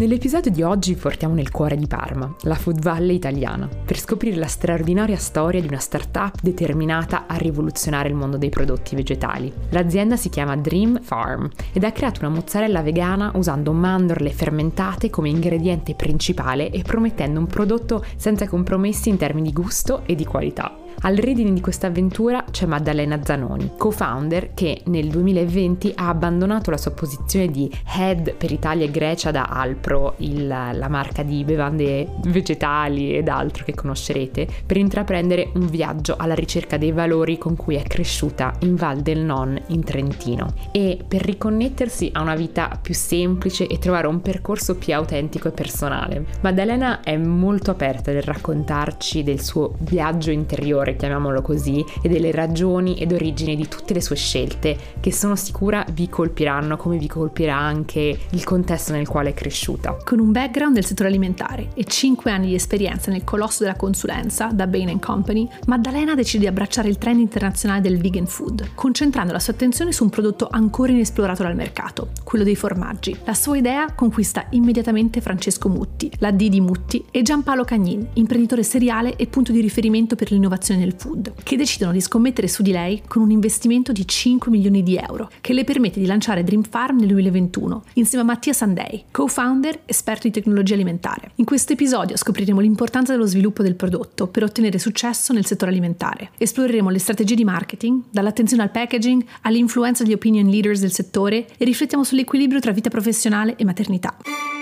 Nell'episodio di oggi portiamo nel cuore di Parma, la Food Valley italiana, per scoprire la straordinaria storia di una startup determinata a rivoluzionare il mondo dei prodotti vegetali. L'azienda si chiama Dream Farm ed ha creato una mozzarella vegana usando mandorle fermentate come ingrediente principale e promettendo un prodotto senza compromessi in termini di gusto e di qualità. Al redine di questa avventura c'è Maddalena Zanoni, co-founder che nel 2020 ha abbandonato la sua posizione di head per Italia e Grecia da Alpro, la marca di bevande vegetali ed altro che conoscerete, per intraprendere un viaggio alla ricerca dei valori con cui è cresciuta in Val del Non in Trentino e per riconnettersi a una vita più semplice e trovare un percorso più autentico e personale. Maddalena è molto aperta nel raccontarci del suo viaggio interiore, chiamiamolo così, e delle ragioni ed origini di tutte le sue scelte che sono sicura vi colpiranno come vi colpirà anche il contesto nel quale è cresciuta. Con un background del settore alimentare e 5 anni di esperienza nel colosso della consulenza da Bain & Company, Maddalena decide di abbracciare il trend internazionale del vegan food, concentrando la sua attenzione su un prodotto ancora inesplorato dal mercato, quello dei formaggi. La sua idea conquista immediatamente Francesco Mutti, la D di Mutti, e Giampaolo Cagnin, imprenditore seriale e punto di riferimento per l'innovazione nel food, che decidono di scommettere su di lei con un investimento di 5 milioni di euro, che le permette di lanciare Dream Farm nel 2021, insieme a Mattia Sandei, co-founder, esperto di tecnologia alimentare. In questo episodio scopriremo l'importanza dello sviluppo del prodotto per ottenere successo nel settore alimentare. Esploreremo le strategie di marketing, dall'attenzione al packaging all'influenza degli opinion leaders del settore e riflettiamo sull'equilibrio tra vita professionale e maternità.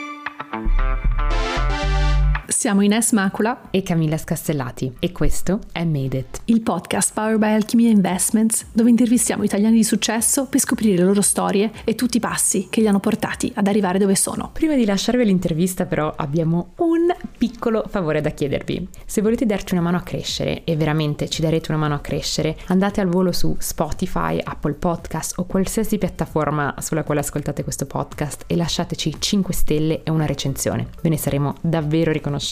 Siamo Ines Macula e Camilla Scastellati e questo è Made It, il podcast powered by Alchimia Investments, dove intervistiamo italiani di successo per scoprire le loro storie e tutti i passi che li hanno portati ad arrivare dove sono. Prima di lasciarvi l'intervista però abbiamo un piccolo favore da chiedervi. Se volete darci una mano a crescere, e veramente ci darete una mano a crescere, andate al volo su Spotify, Apple Podcast o qualsiasi piattaforma sulla quale ascoltate questo podcast e lasciateci 5 stelle e una recensione. Ve ne saremo davvero riconoscenti.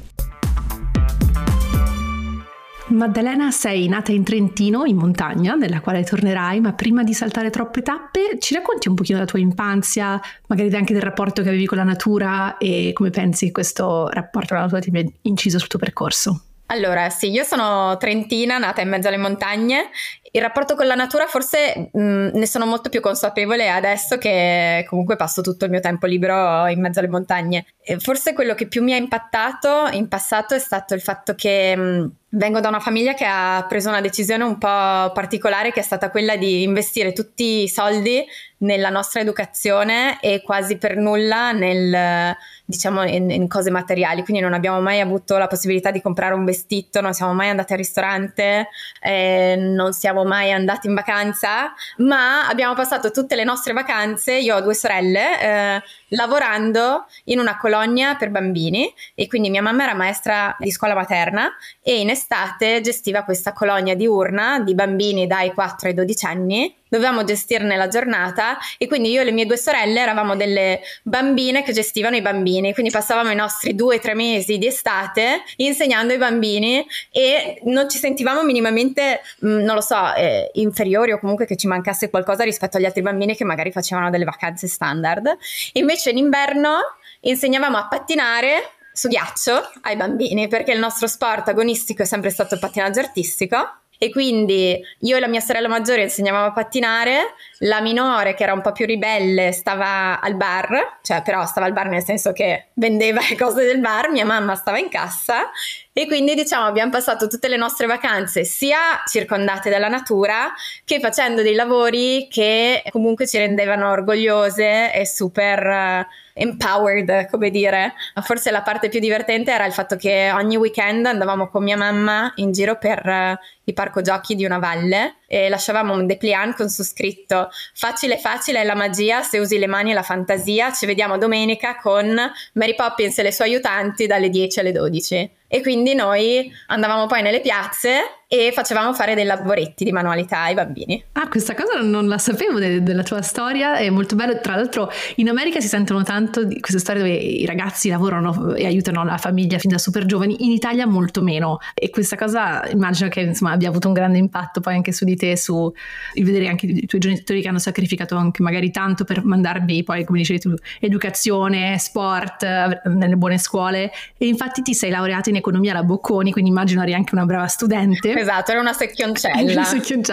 Maddalena, sei nata in Trentino, in montagna, nella quale tornerai, ma prima di saltare troppe tappe, ci racconti un pochino della tua infanzia, magari anche del rapporto che avevi con la natura e come pensi che questo rapporto con la natura ti abbia inciso sul tuo percorso? Allora, sì, io sono trentina, nata in mezzo alle montagne. Il rapporto con la natura forse ne sono molto più consapevole adesso che comunque passo tutto il mio tempo libero in mezzo alle montagne. E forse quello che più mi ha impattato in passato è stato il fatto che vengo da una famiglia che ha preso una decisione un po' particolare, che è stata quella di investire tutti i soldi nella nostra educazione e quasi per nulla in cose materiali. Quindi non abbiamo mai avuto la possibilità di comprare un vestito, non siamo mai andati al ristorante, non siamo mai andati in vacanza, ma abbiamo passato tutte le nostre vacanze, io ho 2 sorelle, lavorando in una colonia per bambini, e quindi mia mamma era maestra di scuola materna e in estate gestiva questa colonia diurna di bambini dai 4 ai 12 anni. Dovevamo gestirne la giornata e quindi io e le mie 2 sorelle eravamo delle bambine che gestivano i bambini, quindi passavamo i nostri 2-3 mesi di estate insegnando ai bambini e non ci sentivamo minimamente, inferiori o comunque che ci mancasse qualcosa rispetto agli altri bambini che magari facevano delle vacanze standard. Invece in inverno insegnavamo a pattinare su ghiaccio ai bambini, perché il nostro sport agonistico è sempre stato il pattinaggio artistico. E quindi io e la mia sorella maggiore insegnavamo a pattinare, la minore, che era un po' più ribelle, stava al bar, però stava al bar nel senso che vendeva le cose del bar, mia mamma stava in cassa, e quindi abbiamo passato tutte le nostre vacanze sia circondate dalla natura che facendo dei lavori che comunque ci rendevano orgogliose e super empowered, come dire. Forse la parte più divertente era il fatto che ogni weekend andavamo con mia mamma in giro per i parco giochi di una valle e lasciavamo un dépliant con su scritto: facile facile è la magia se usi le mani e la fantasia, ci vediamo domenica con Mary Poppins e le sue aiutanti dalle 10 alle 12. E quindi noi andavamo poi nelle piazze e facevamo fare dei lavoretti di manualità ai bambini. Ah, questa cosa non la sapevo della tua storia, è molto bello. Tra l'altro in America si sentono tanto di queste storie dove i ragazzi lavorano e aiutano la famiglia fin da super giovani, in Italia molto meno, e questa cosa immagino che insomma abbia avuto un grande impatto poi anche su di te, su il vedere anche i tuoi genitori che hanno sacrificato anche magari tanto per mandarvi poi, come dicevi tu, educazione, sport, nelle buone scuole, e infatti ti sei laureata in economia alla Bocconi, quindi immagino eri anche una brava studente. Esatto, era una secchioncella.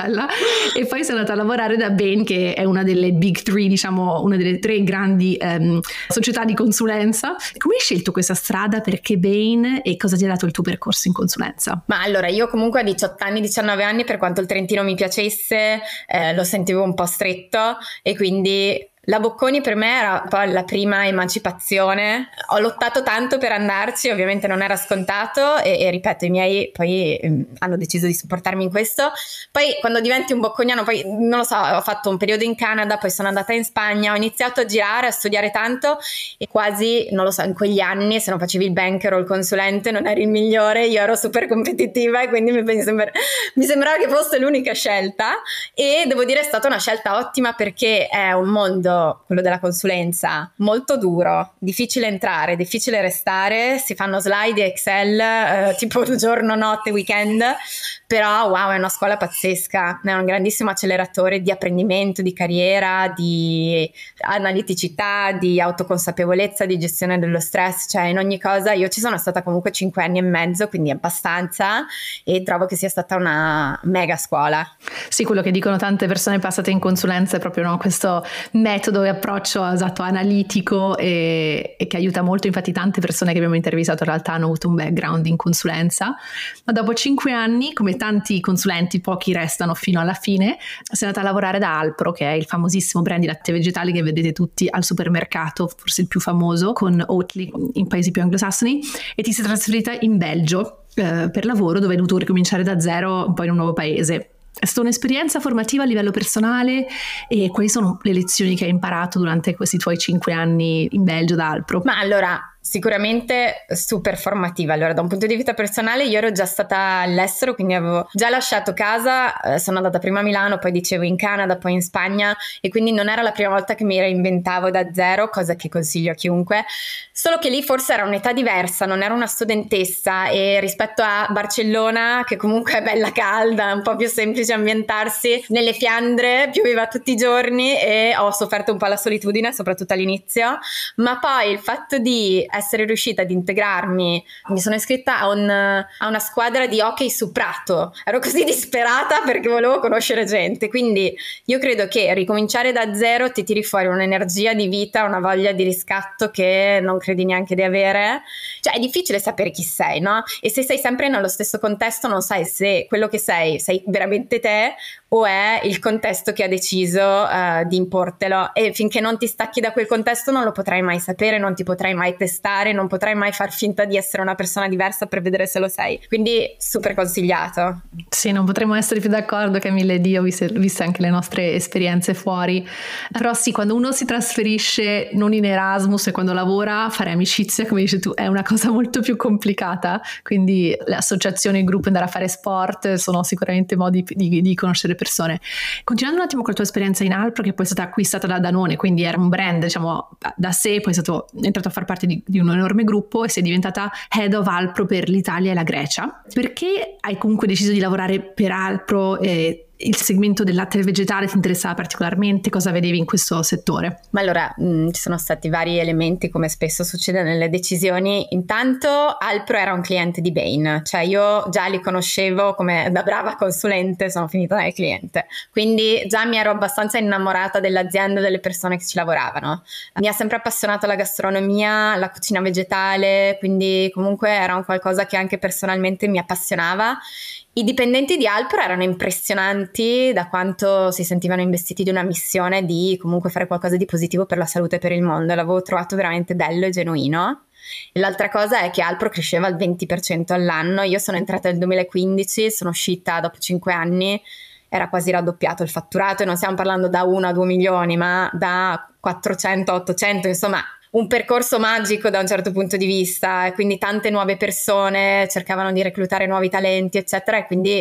E poi sei andata a lavorare da Bain, che è una delle big three, diciamo una delle 3 grandi società di consulenza. Come hai scelto questa strada? Perché Bain, e cosa ti ha dato il tuo percorso in consulenza? Ma allora, io comunque a 18 anni, 19 anni, per quanto il Trentino mi piacesse, lo sentivo un po' stretto, e quindi la Bocconi per me era un po' la prima emancipazione. Ho lottato tanto per andarci, ovviamente non era scontato, e ripeto, i miei poi hanno deciso di supportarmi in questo. Poi quando diventi un bocconiano, poi non lo so, ho fatto un periodo in Canada, poi sono andata in Spagna, ho iniziato a girare, a studiare tanto, e quasi, non lo so, in quegli anni se non facevi il banker o il consulente non eri il migliore, io ero super competitiva e quindi mi sembrava che fosse l'unica scelta, e devo dire è stata una scelta ottima, perché è un mondo, quello della consulenza, molto duro, difficile entrare, difficile restare, si fanno slide e Excel tipo giorno, notte, weekend, però wow, è una scuola pazzesca, è un grandissimo acceleratore di apprendimento, di carriera, di analiticità, di autoconsapevolezza, di gestione dello stress, cioè in ogni cosa. Io ci sono stata comunque 5 anni e mezzo, quindi abbastanza, e trovo che sia stata una mega scuola. Sì, quello che dicono tante persone passate in consulenza è proprio questo metodo e approccio esatto analitico, e che aiuta molto. Infatti tante persone che abbiamo intervistato in realtà hanno avuto un background in consulenza, ma dopo 5 anni, come tanti consulenti, pochi restano fino alla fine, sei andata a lavorare da Alpro, che è il famosissimo brand di latte vegetale che vedete tutti al supermercato, forse il più famoso, con Oatly in paesi più anglosassoni, e ti sei trasferita in Belgio per lavoro, dove hai dovuto ricominciare da zero un po' in un nuovo paese. È stata un'esperienza formativa a livello personale, e quali sono le lezioni che hai imparato durante questi tuoi 5 anni in Belgio da Alpro? Ma allora, sicuramente super formativa. Allora, da un punto di vista personale, io ero già stata all'estero, quindi avevo già lasciato casa, sono andata prima a Milano, poi dicevo in Canada, poi in Spagna, e quindi non era la prima volta che mi reinventavo da zero, cosa che consiglio a chiunque, solo che lì forse era un'età diversa, non ero una studentessa, e rispetto a Barcellona, che comunque è bella calda, un po' più semplice ambientarsi, nelle Fiandre pioveva tutti i giorni e ho sofferto un po' la solitudine, soprattutto all'inizio, ma poi il fatto di essere riuscita ad integrarmi, mi sono iscritta a una squadra di hockey su prato, ero così disperata perché volevo conoscere gente, quindi io credo che ricominciare da zero ti tiri fuori un'energia di vita, una voglia di riscatto che non credi neanche di avere. Cioè è difficile sapere chi sei, no? E se sei sempre nello stesso contesto non sai se quello che sei veramente te o è il contesto che ha deciso di importelo, e finché non ti stacchi da quel contesto non lo potrai mai sapere, non ti potrai mai testare, non potrai mai far finta di essere una persona diversa per vedere se lo sei, quindi super consigliato. Sì, non potremmo essere più d'accordo, Camille, io viste anche le nostre esperienze fuori, però sì, quando uno si trasferisce non in Erasmus e quando lavora, fare amicizia, come dici tu, è una cosa molto più complicata, quindi le associazioni, il gruppo, andare a fare sport sono sicuramente modi di conoscere persone. Continuando un attimo con la tua esperienza in Alpro, che poi è stata acquistata da Danone, quindi era un brand diciamo da sé, poi è entrato a far parte di un enorme gruppo e sei diventata head of Alpro per l'Italia e la Grecia. Perché hai comunque deciso di lavorare per Alpro e il segmento del latte vegetale ti interessava particolarmente? Cosa vedevi in questo settore? Ma allora, ci sono stati vari elementi, come spesso succede nelle decisioni. Intanto Alpro era un cliente di Bain, cioè io già li conoscevo come da brava consulente, sono finita nel cliente, quindi già mi ero abbastanza innamorata dell'azienda e delle persone che ci lavoravano. Mi ha sempre appassionato la gastronomia, la cucina vegetale, quindi comunque era un qualcosa che anche personalmente mi appassionava. I dipendenti di Alpro erano impressionanti da quanto si sentivano investiti di una missione di comunque fare qualcosa di positivo per la salute e per il mondo. L'avevo trovato veramente bello e genuino. E l'altra cosa è che Alpro cresceva al 20% all'anno. Io sono entrata nel 2015, sono uscita dopo 5 anni, era quasi raddoppiato il fatturato, e non stiamo parlando da 1 a 2 milioni, ma da 400 a 800, insomma un percorso magico da un certo punto di vista, e quindi tante nuove persone cercavano di reclutare nuovi talenti eccetera, e quindi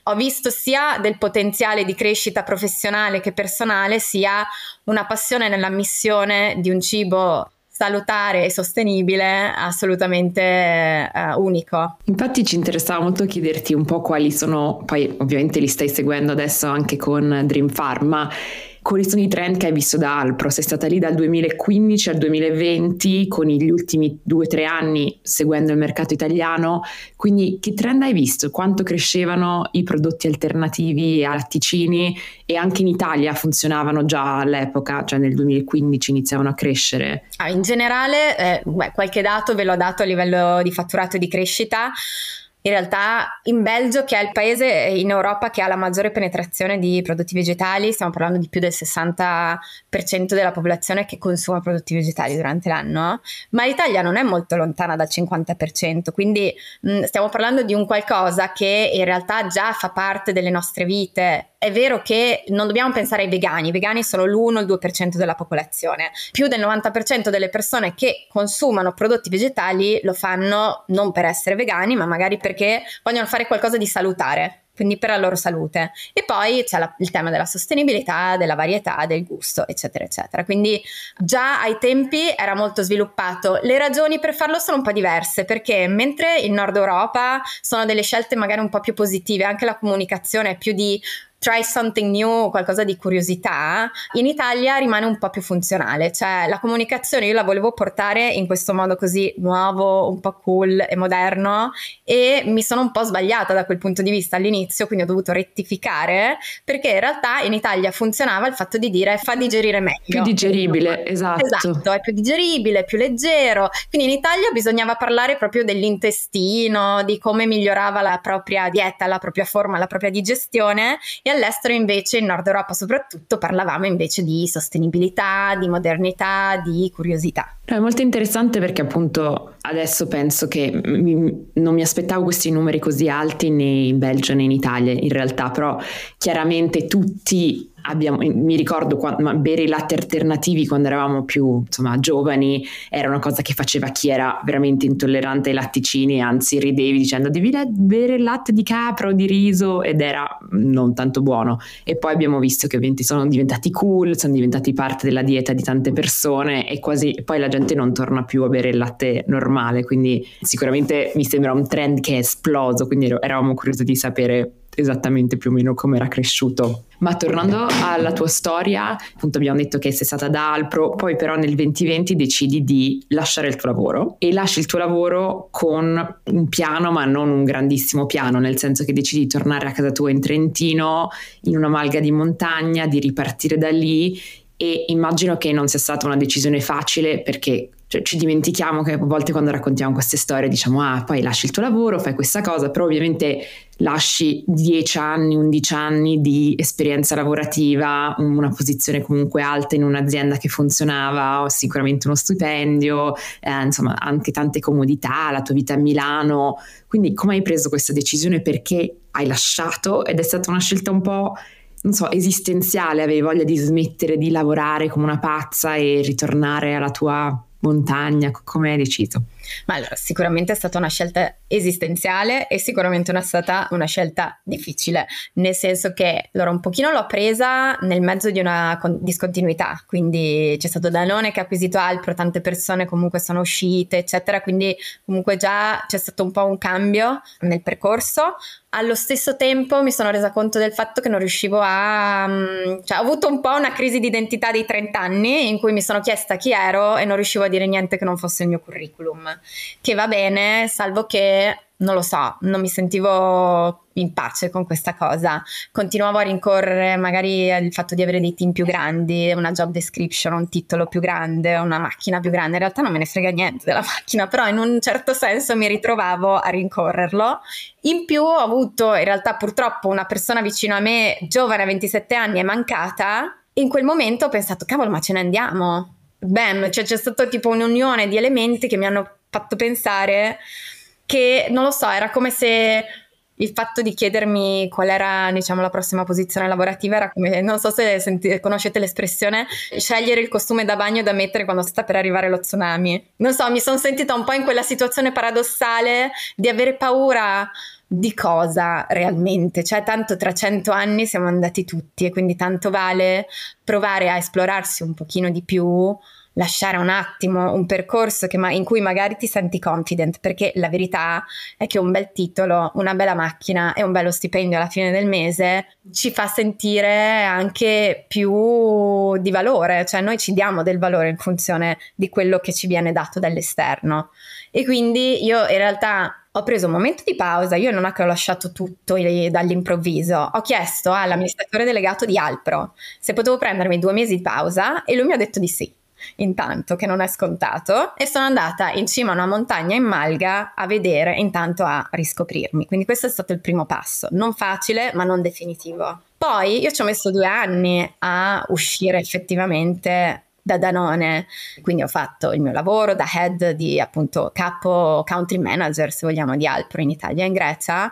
ho visto sia del potenziale di crescita professionale che personale, sia una passione nella missione di un cibo salutare e sostenibile assolutamente unico. Infatti ci interessava molto chiederti un po' quali sono, poi ovviamente li stai seguendo adesso anche con Dream Farm, ma quali sono i trend che hai visto da Alpro? Sei stata lì dal 2015 al 2020 con gli ultimi 2-3 anni seguendo il mercato italiano, quindi che trend hai visto? Quanto crescevano i prodotti alternativi a latticini e anche in Italia funzionavano già all'epoca, cioè nel 2015 iniziavano a crescere? In generale, qualche dato ve l'ho dato a livello di fatturato e di crescita. In realtà in Belgio, che è il paese in Europa che ha la maggiore penetrazione di prodotti vegetali, stiamo parlando di più del 60% della popolazione che consuma prodotti vegetali durante l'anno, ma l'Italia non è molto lontana dal 50%, quindi stiamo parlando di un qualcosa che in realtà già fa parte delle nostre vite. È vero che non dobbiamo pensare ai vegani, i vegani sono l'1-2% della popolazione, più del 90% delle persone che consumano prodotti vegetali lo fanno non per essere vegani, ma magari perché vogliono fare qualcosa di salutare, quindi per la loro salute. E poi c'è il tema della sostenibilità, della varietà, del gusto, eccetera, eccetera. Quindi già ai tempi era molto sviluppato. Le ragioni per farlo sono un po' diverse, perché mentre in Nord Europa sono delle scelte magari un po' più positive, anche la comunicazione è più di try something new, qualcosa di curiosità, in Italia rimane un po' più funzionale, cioè la comunicazione io la volevo portare in questo modo così nuovo, un po' cool e moderno, e mi sono un po' sbagliata da quel punto di vista all'inizio, quindi ho dovuto rettificare, perché in realtà in Italia funzionava il fatto di dire fa digerire meglio. Più digeribile, esatto. Esatto, è più digeribile, più leggero, quindi in Italia bisognava parlare proprio dell'intestino, di come migliorava la propria dieta, la propria forma, la propria digestione. E all'estero invece, in Nord Europa soprattutto, parlavamo invece di sostenibilità, di modernità, di curiosità. È molto interessante perché appunto adesso penso che non mi aspettavo questi numeri così alti né in Belgio né in Italia in realtà, però chiaramente tutti mi ricordo bere i latte alternativi quando eravamo più giovani era una cosa che faceva chi era veramente intollerante ai latticini, anzi ridevi dicendo devi bere il latte di capra o di riso, ed era non tanto buono. E poi abbiamo visto che ovviamente sono diventati cool, sono diventati parte della dieta di tante persone e poi la gente non torna più a bere il latte normale, quindi sicuramente mi sembra un trend che è esploso, quindi eravamo curiosi di sapere esattamente più o meno come era cresciuto. Ma tornando alla tua storia, appunto abbiamo detto che sei stata da Alpro, poi però nel 2020 decidi di lasciare il tuo lavoro e lasci il tuo lavoro con un piano, ma non un grandissimo piano, nel senso che decidi di tornare a casa tua in Trentino, in una malga di montagna, di ripartire da lì, e immagino che non sia stata una decisione facile perché ci dimentichiamo che a volte quando raccontiamo queste storie diciamo poi lasci il tuo lavoro, fai questa cosa, però ovviamente lasci 10 anni, 11 anni di esperienza lavorativa, una posizione comunque alta in un'azienda che funzionava, sicuramente uno stipendio, insomma anche tante comodità, la tua vita a Milano. Quindi come hai preso questa decisione? Perché hai lasciato? Ed è stata una scelta un po' esistenziale, avevi voglia di smettere di lavorare come una pazza e ritornare alla tua montagna? Come hai deciso? Ma allora, sicuramente è stata una scelta esistenziale e sicuramente è stata una scelta difficile, nel senso che allora un pochino l'ho presa nel mezzo di una discontinuità, quindi c'è stato Danone che ha acquisito Alpro, tante persone comunque sono uscite eccetera, quindi comunque già c'è stato un po' un cambio nel percorso. Allo stesso tempo mi sono resa conto del fatto che non riuscivo ho avuto un po' una crisi di identità dei 30 anni in cui mi sono chiesta chi ero e non riuscivo a dire niente che non fosse il mio curriculum, che va bene, salvo che non lo so, non mi sentivo in pace con questa cosa, continuavo a rincorrere magari il fatto di avere dei team più grandi, una job description, un titolo più grande, una macchina più grande. In realtà non me ne frega niente della macchina, però in un certo senso mi ritrovavo a rincorrerlo. In più ho avuto in realtà purtroppo una persona vicino a me, giovane a 27 anni, è mancata. In quel momento ho pensato cavolo, ma ce ne andiamo? Bam, cioè c'è stato tipo un'unione di elementi che mi hanno fatto pensare che, non lo so, era come se il fatto di chiedermi qual era, diciamo, la prossima posizione lavorativa era come, non so se conoscete l'espressione, scegliere il costume da bagno da mettere quando sta per arrivare lo tsunami. Non so, mi sono sentita un po' in quella situazione paradossale di avere paura di cosa realmente, cioè tanto tra 100 anni siamo andati tutti e quindi tanto vale provare a esplorarsi un pochino di più, lasciare un attimo un percorso in cui magari ti senti confident, perché la verità è che un bel titolo, una bella macchina e un bello stipendio alla fine del mese ci fa sentire anche più di valore, cioè noi ci diamo del valore in funzione di quello che ci viene dato dall'esterno. E quindi io in realtà ho preso un momento di pausa, io non è che ho lasciato tutto dall'improvviso, ho chiesto all'amministratore delegato di Alpro se potevo prendermi 2 mesi di pausa e lui mi ha detto di sì. Intanto, che non è scontato, e sono andata in cima a una montagna in Malga a vedere, intanto a riscoprirmi. Quindi questo è stato il primo passo, non facile ma non definitivo. Poi io ci ho messo 2 anni a uscire effettivamente da Danone, quindi ho fatto il mio lavoro da head di appunto capo country manager, se vogliamo, di Alpro in Italia e in Grecia,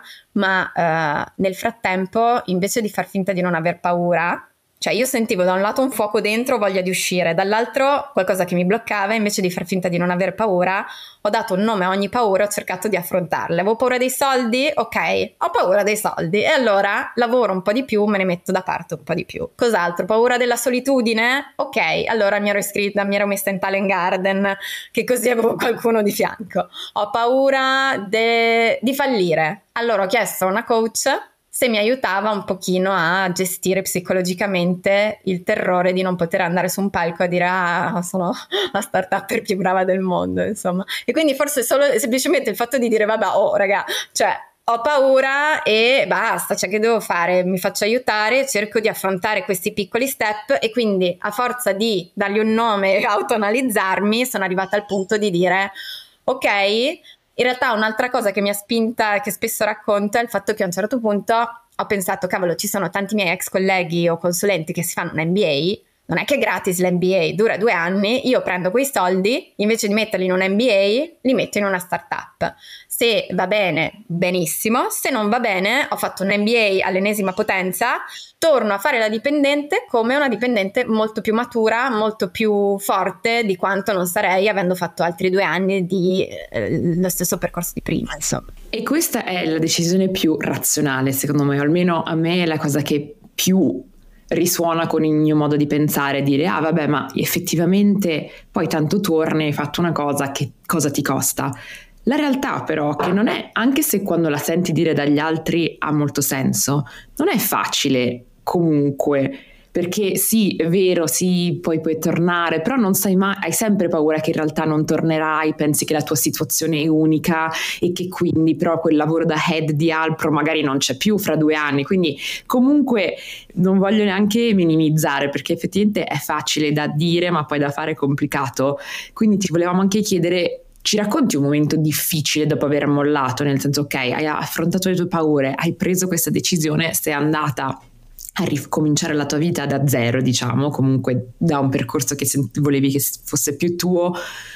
ma nel frattempo, invece di far finta di non aver paura, cioè io sentivo da un lato un fuoco dentro, voglia di uscire, dall'altro qualcosa che mi bloccava, invece di far finta di non aver paura, ho dato un nome a ogni paura, ho cercato di affrontarle. Avevo paura dei soldi? Ok, ho paura dei soldi e allora lavoro un po' di più, me ne metto da parte un po' di più. Cos'altro? Paura della solitudine? Ok, allora mi ero iscritta, mi ero messa in Talent Garden, che così avevo qualcuno di fianco. Ho paura di fallire. Allora ho chiesto a una coach se mi aiutava un pochino a gestire psicologicamente il terrore di non poter andare su un palco a dire sono la startup più brava del mondo, insomma. E quindi forse semplicemente il fatto di dire vabbè, raga, cioè ho paura e basta, cioè che devo fare? Mi faccio aiutare, cerco di affrontare questi piccoli step e quindi a forza di dargli un nome e autoanalizzarmi sono arrivata al punto di dire ok. In realtà un'altra cosa che mi ha spinta, che spesso racconto, è il fatto che a un certo punto ho pensato, cavolo, ci sono tanti miei ex colleghi o consulenti che si fanno un MBA, non è che è gratis l'MBA, dura 2 anni, io prendo quei soldi, invece di metterli in un MBA, li metto in una startup. Se va bene, benissimo, se non va bene, ho fatto un MBA all'ennesima potenza, torno a fare la dipendente come una dipendente molto più matura, molto più forte di quanto non sarei avendo fatto altri 2 anni di lo stesso percorso di prima, insomma. E questa è la decisione più razionale, secondo me, o almeno a me è la cosa che più risuona con il mio modo di pensare, dire vabbè, ma effettivamente poi tanto torni, hai fatto una cosa, che cosa ti costa? La realtà però che non è, anche se quando la senti dire dagli altri ha molto senso, non è facile comunque, perché sì, è vero, sì, poi puoi tornare, però non sai mai, hai sempre paura che in realtà non tornerai, pensi che la tua situazione è unica e che quindi però quel lavoro da head di Alpro magari non c'è più fra 2 anni, quindi comunque non voglio neanche minimizzare, perché effettivamente è facile da dire ma poi da fare è complicato, quindi ti volevamo anche chiedere, ci racconti un momento difficile dopo aver mollato, nel senso ok, hai affrontato le tue paure, hai preso questa decisione, sei andata a ricominciare la tua vita da zero, diciamo, comunque da un percorso che volevi che fosse più tuo,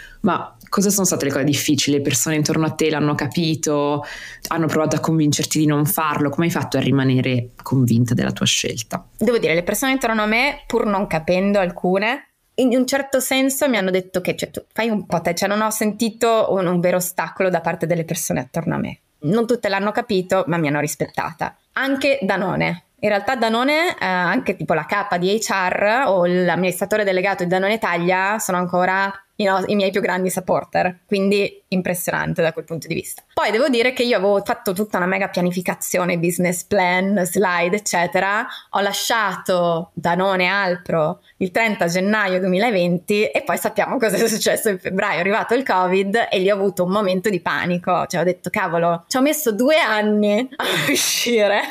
ma cosa sono state le cose difficili? Le persone intorno a te l'hanno capito, hanno provato a convincerti di non farlo, come hai fatto a rimanere convinta della tua scelta? Devo dire, le persone intorno a me, pur non capendo alcune, in un certo senso mi hanno detto che tu fai un po' te, cioè non ho sentito un vero ostacolo da parte delle persone attorno a me. Non tutte l'hanno capito, ma mi hanno rispettata. Anche Danone. In realtà Danone, anche tipo la capa di HR o l'amministratore delegato di Danone Italia sono ancora i miei più grandi supporter, quindi impressionante da quel punto di vista. Poi devo dire che io avevo fatto tutta una mega pianificazione, business plan, slide, eccetera. Ho lasciato Danone Alpro il 30 gennaio 2020 e poi sappiamo cosa è successo in febbraio. È arrivato il Covid e lì ho avuto un momento di panico, cioè ho detto cavolo, ci ho messo 2 anni a uscire,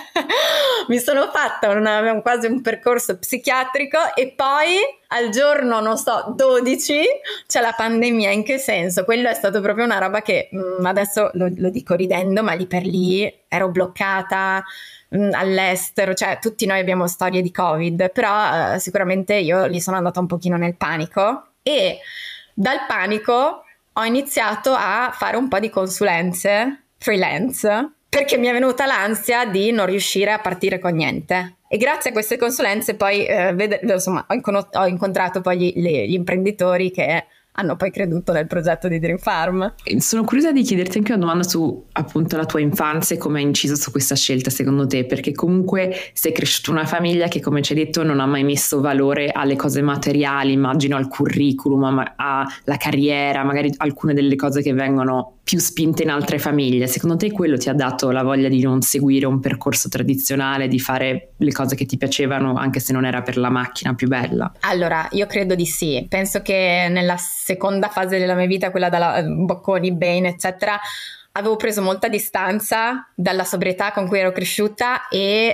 mi sono fatta quasi un percorso psichiatrico e poi al giorno, non so, 12 c'è la pandemia. In che senso? Quello è stato proprio una roba che adesso lo dico ridendo, ma lì per lì ero bloccata all'estero, cioè tutti noi abbiamo storie di Covid, però sicuramente io lì sono andata un pochino nel panico e dal panico ho iniziato a fare un po' di consulenze freelance perché mi è venuta l'ansia di non riuscire a partire con niente. E grazie a queste consulenze poi insomma, ho incontrato poi gli imprenditori che hanno poi creduto nel progetto di Dream Farm. Sono curiosa di chiederti anche una domanda su appunto la tua infanzia e come hai inciso su questa scelta secondo te, perché comunque sei cresciuto in una famiglia che, come ci hai detto, non ha mai messo valore alle cose materiali, immagino al curriculum, alla carriera, magari alcune delle cose che vengono più spinte in altre famiglie. Secondo te quello ti ha dato la voglia di non seguire un percorso tradizionale, di fare le cose che ti piacevano anche se non era per la macchina più bella? Allora, io credo di sì. Penso che nella seconda fase della mia vita, quella da Bocconi, Bain, eccetera, avevo preso molta distanza dalla sobrietà con cui ero cresciuta e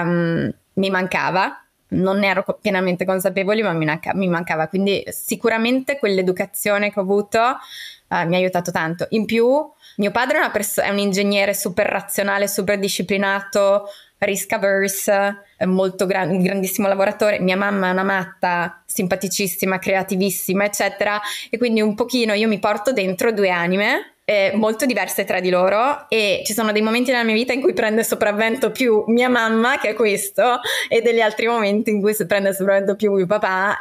mi mancava. Non ne ero pienamente consapevole, ma mi mancava. Quindi sicuramente quell'educazione che ho avuto mi ha aiutato tanto. In più, mio padre è un ingegnere super razionale, super disciplinato, risk averse, molto un grandissimo lavoratore. Mia mamma è una matta, simpaticissima, creativissima, eccetera. E quindi un pochino io mi porto dentro due anime molto diverse tra di loro, e ci sono dei momenti nella mia vita in cui prende sopravvento più mia mamma, che è questo, e degli altri momenti in cui prende sopravvento più mio papà,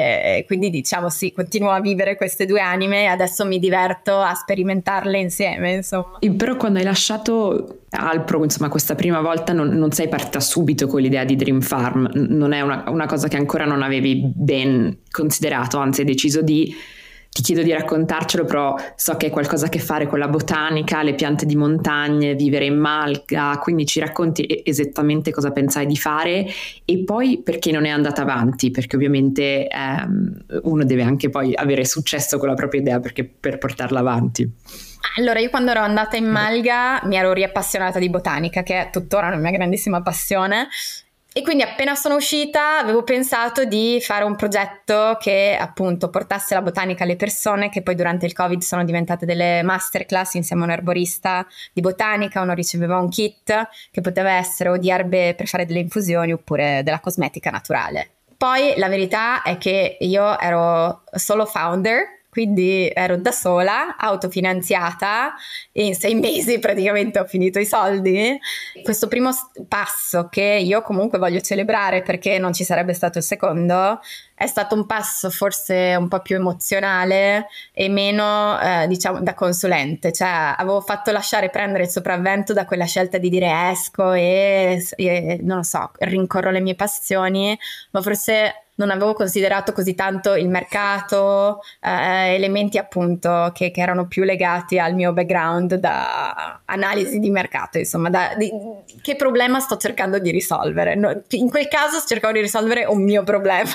e quindi diciamo sì, continuo a vivere queste due anime e adesso mi diverto a sperimentarle insieme, insomma. Però quando hai lasciato Alpro, insomma, questa prima volta non sei partita subito con l'idea di Dream Farm, non è una cosa che ancora non avevi ben considerato, anzi hai deciso ti chiedo di raccontarcelo, però so che è qualcosa a che fare con la botanica, le piante di montagne, vivere in Malga, quindi ci racconti esattamente cosa pensai di fare e poi perché non è andata avanti, perché ovviamente uno deve anche poi avere successo con la propria idea per portarla avanti. Allora, io quando ero andata in Malga mi ero riappassionata di botanica, che è tuttora una mia grandissima passione. E quindi appena sono uscita avevo pensato di fare un progetto che appunto portasse la botanica alle persone, che poi durante il Covid sono diventate delle masterclass insieme a un erborista di botanica. Uno riceveva un kit che poteva essere o di erbe per fare delle infusioni oppure della cosmetica naturale. Poi la verità è che io ero solo founder, quindi ero da sola, autofinanziata, e in 6 mesi praticamente ho finito i soldi. Questo primo passo, che io comunque voglio celebrare perché non ci sarebbe stato il secondo, è stato un passo forse un po' più emozionale e meno diciamo da consulente, cioè avevo fatto lasciare prendere il sopravvento da quella scelta di dire esco e non lo so, rincorro le mie passioni, ma forse non avevo considerato così tanto il mercato, elementi appunto che erano più legati al mio background da analisi di mercato, insomma, che problema sto cercando di risolvere. No, in quel caso cercavo di risolvere un mio problema,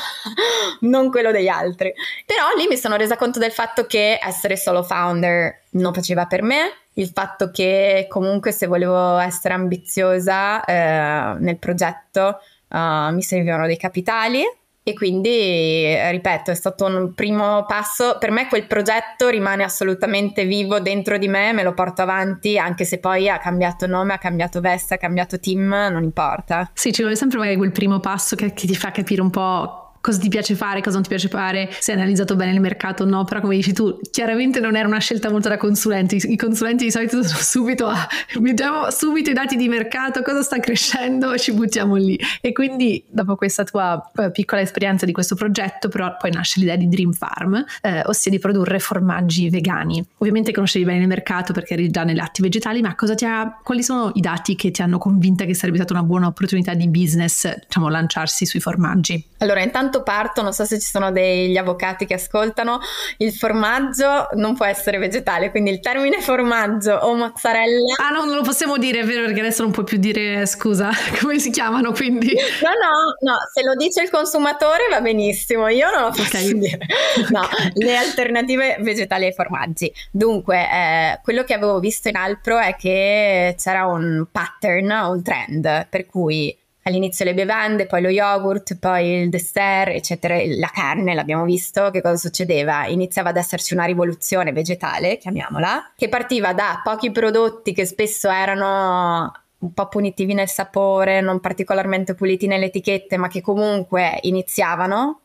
non quello degli altri. Però lì mi sono resa conto del fatto che essere solo founder non faceva per me, il fatto che comunque se volevo essere ambiziosa nel progetto mi servivano dei capitali. E quindi, ripeto, è stato un primo passo. Per me quel progetto rimane assolutamente vivo dentro di me lo porto avanti, anche se poi ha cambiato nome, ha cambiato veste, ha cambiato team, non importa. Sì, ci vuole sempre magari quel primo passo che ti fa capire un po' cosa ti piace fare, cosa non ti piace fare, se hai analizzato bene il mercato o no. Però come dici tu, chiaramente non era una scelta molto da consulenti. I consulenti di solito sono subito vediamo subito i dati di mercato, cosa sta crescendo, ci buttiamo lì. E quindi dopo questa tua piccola esperienza di questo progetto, però poi nasce l'idea di Dream Farm, ossia di produrre formaggi vegani. Ovviamente conoscevi bene il mercato perché eri già nei latti vegetali, ma quali sono i dati che ti hanno convinta che sarebbe stata una buona opportunità di business, diciamo, lanciarsi sui formaggi? Allora, intanto parto, non so se ci sono degli avvocati che ascoltano, il formaggio non può essere vegetale, quindi il termine formaggio o mozzarella... Ah no, non lo possiamo dire, è vero, perché adesso non puoi più dire, scusa, come si chiamano, quindi... No, se lo dice il consumatore va benissimo, io non lo posso dire. No, le alternative vegetali ai formaggi. Dunque, quello che avevo visto in Alpro è che c'era un pattern, un trend, per cui all'inizio le bevande, poi lo yogurt, poi il dessert, eccetera, la carne, l'abbiamo visto, che cosa succedeva? Iniziava ad esserci una rivoluzione vegetale, chiamiamola, che partiva da pochi prodotti che spesso erano un po' punitivi nel sapore, non particolarmente puliti nelle etichette, ma che comunque iniziavano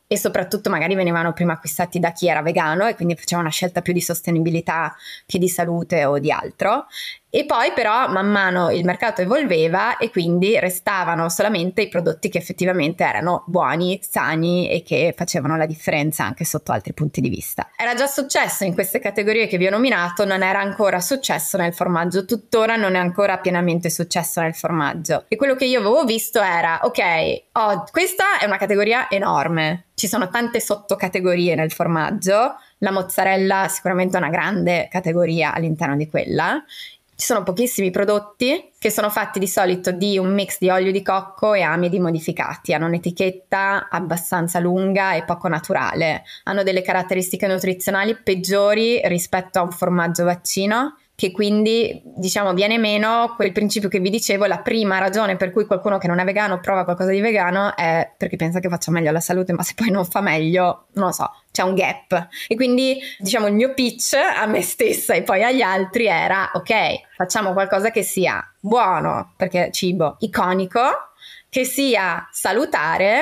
e soprattutto magari venivano prima acquistati da chi era vegano e quindi faceva una scelta più di sostenibilità che di salute o di altro. E poi però man mano il mercato evolveva e quindi restavano solamente i prodotti che effettivamente erano buoni, sani e che facevano la differenza anche sotto altri punti di vista. Era già successo in queste categorie che vi ho nominato, non era ancora successo nel formaggio, tuttora non è ancora pienamente successo nel formaggio. E quello che io avevo visto era, ok, questa è una categoria enorme, ci sono tante sottocategorie nel formaggio, la mozzarella sicuramente è una grande categoria all'interno di quella. Ci sono pochissimi prodotti che sono fatti di solito di un mix di olio di cocco e amidi modificati, hanno un'etichetta abbastanza lunga e poco naturale, hanno delle caratteristiche nutrizionali peggiori rispetto a un formaggio vaccino, che quindi diciamo viene meno quel principio che vi dicevo, la prima ragione per cui qualcuno che non è vegano prova qualcosa di vegano è perché pensa che faccia meglio alla salute, ma se poi non fa meglio, non lo so, c'è un gap. E quindi diciamo il mio pitch a me stessa e poi agli altri era ok, facciamo qualcosa che sia buono, perché cibo, iconico, che sia salutare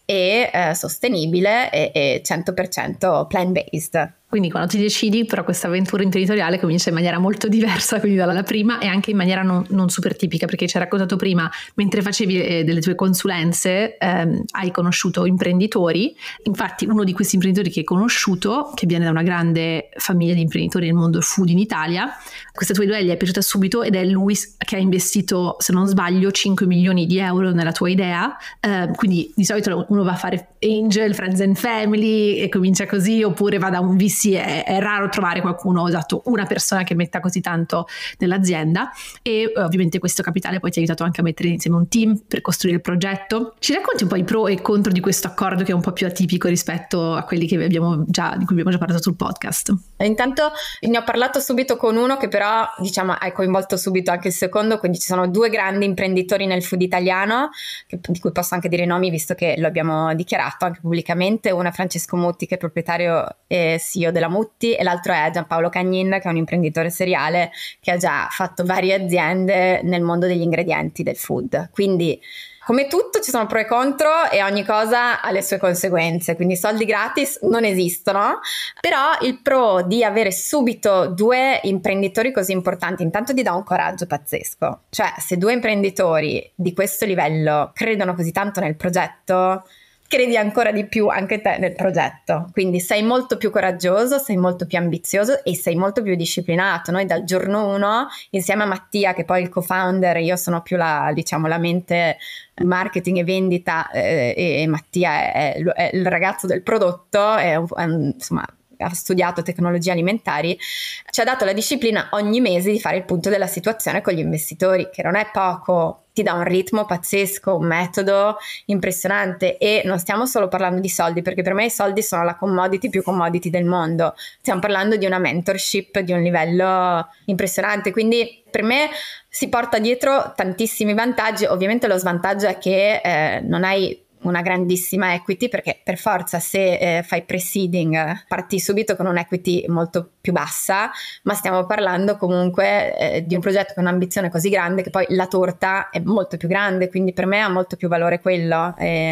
e sostenibile e 100% plant-based. Quindi quando ti decidi, però questa avventura imprenditoriale comincia in maniera molto diversa, quindi dalla prima, e anche in maniera non super tipica, perché ci hai raccontato prima, mentre facevi delle tue consulenze, hai conosciuto imprenditori. Infatti uno di questi imprenditori che hai conosciuto, che viene da una grande famiglia di imprenditori nel mondo food in Italia, questa tua idea gli è piaciuta subito ed è lui che ha investito, se non sbaglio, 5 milioni di euro nella tua idea. Quindi di solito uno va a fare angel, friends and family e comincia così, oppure va da un VC. È raro trovare qualcuno, esatto, una persona che metta così tanto nell'azienda, e ovviamente questo capitale poi ti ha aiutato anche a mettere insieme un team per costruire il progetto. Ci racconti un po' i pro e contro di questo accordo che è un po' più atipico rispetto a quelli che di cui abbiamo già parlato sul podcast? Intanto ne ho parlato subito con uno che però diciamo hai coinvolto subito anche il secondo, quindi ci sono due grandi imprenditori nel food italiano di cui posso anche dire i nomi visto che lo abbiamo dichiarato anche pubblicamente. Uno è Francesco Mutti, che è proprietario e CEO della Mutti, e l'altro è Giampaolo Cagnin, che è un imprenditore seriale che ha già fatto varie aziende nel mondo degli ingredienti del food. Quindi come tutto ci sono pro e contro e ogni cosa ha le sue conseguenze, quindi soldi gratis non esistono, però il pro di avere subito due imprenditori così importanti intanto ti dà un coraggio pazzesco. Cioè se due imprenditori di questo livello credono così tanto nel progetto, credi ancora di più anche te nel progetto, quindi sei molto più coraggioso, sei molto più ambizioso e sei molto più disciplinato. Noi dal giorno 1 insieme a Mattia, che poi è il co-founder, io sono più la mente marketing e vendita, e Mattia è il ragazzo del prodotto, insomma ha studiato tecnologie alimentari, ci ha dato la disciplina ogni mese di fare il punto della situazione con gli investitori, che non è poco, ti dà un ritmo pazzesco, un metodo impressionante, e non stiamo solo parlando di soldi, perché per me i soldi sono la commodity più commodity del mondo, stiamo parlando di una mentorship di un livello impressionante, quindi per me si porta dietro tantissimi vantaggi. Ovviamente lo svantaggio è che non hai una grandissima equity, perché per forza se fai pre-seeding parti subito con un'equity molto più bassa, ma stiamo parlando comunque di un progetto con un'ambizione così grande che poi la torta è molto più grande, quindi per me ha molto più valore quello.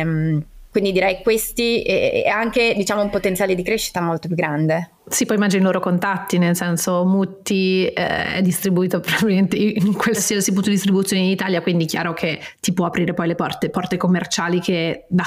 Quindi direi questi e anche diciamo un potenziale di crescita molto più grande. Sì, poi immagino i loro contatti, nel senso Mutti è distribuito probabilmente in qualsiasi punto di distribuzione in Italia, quindi chiaro che ti può aprire poi le porte commerciali che da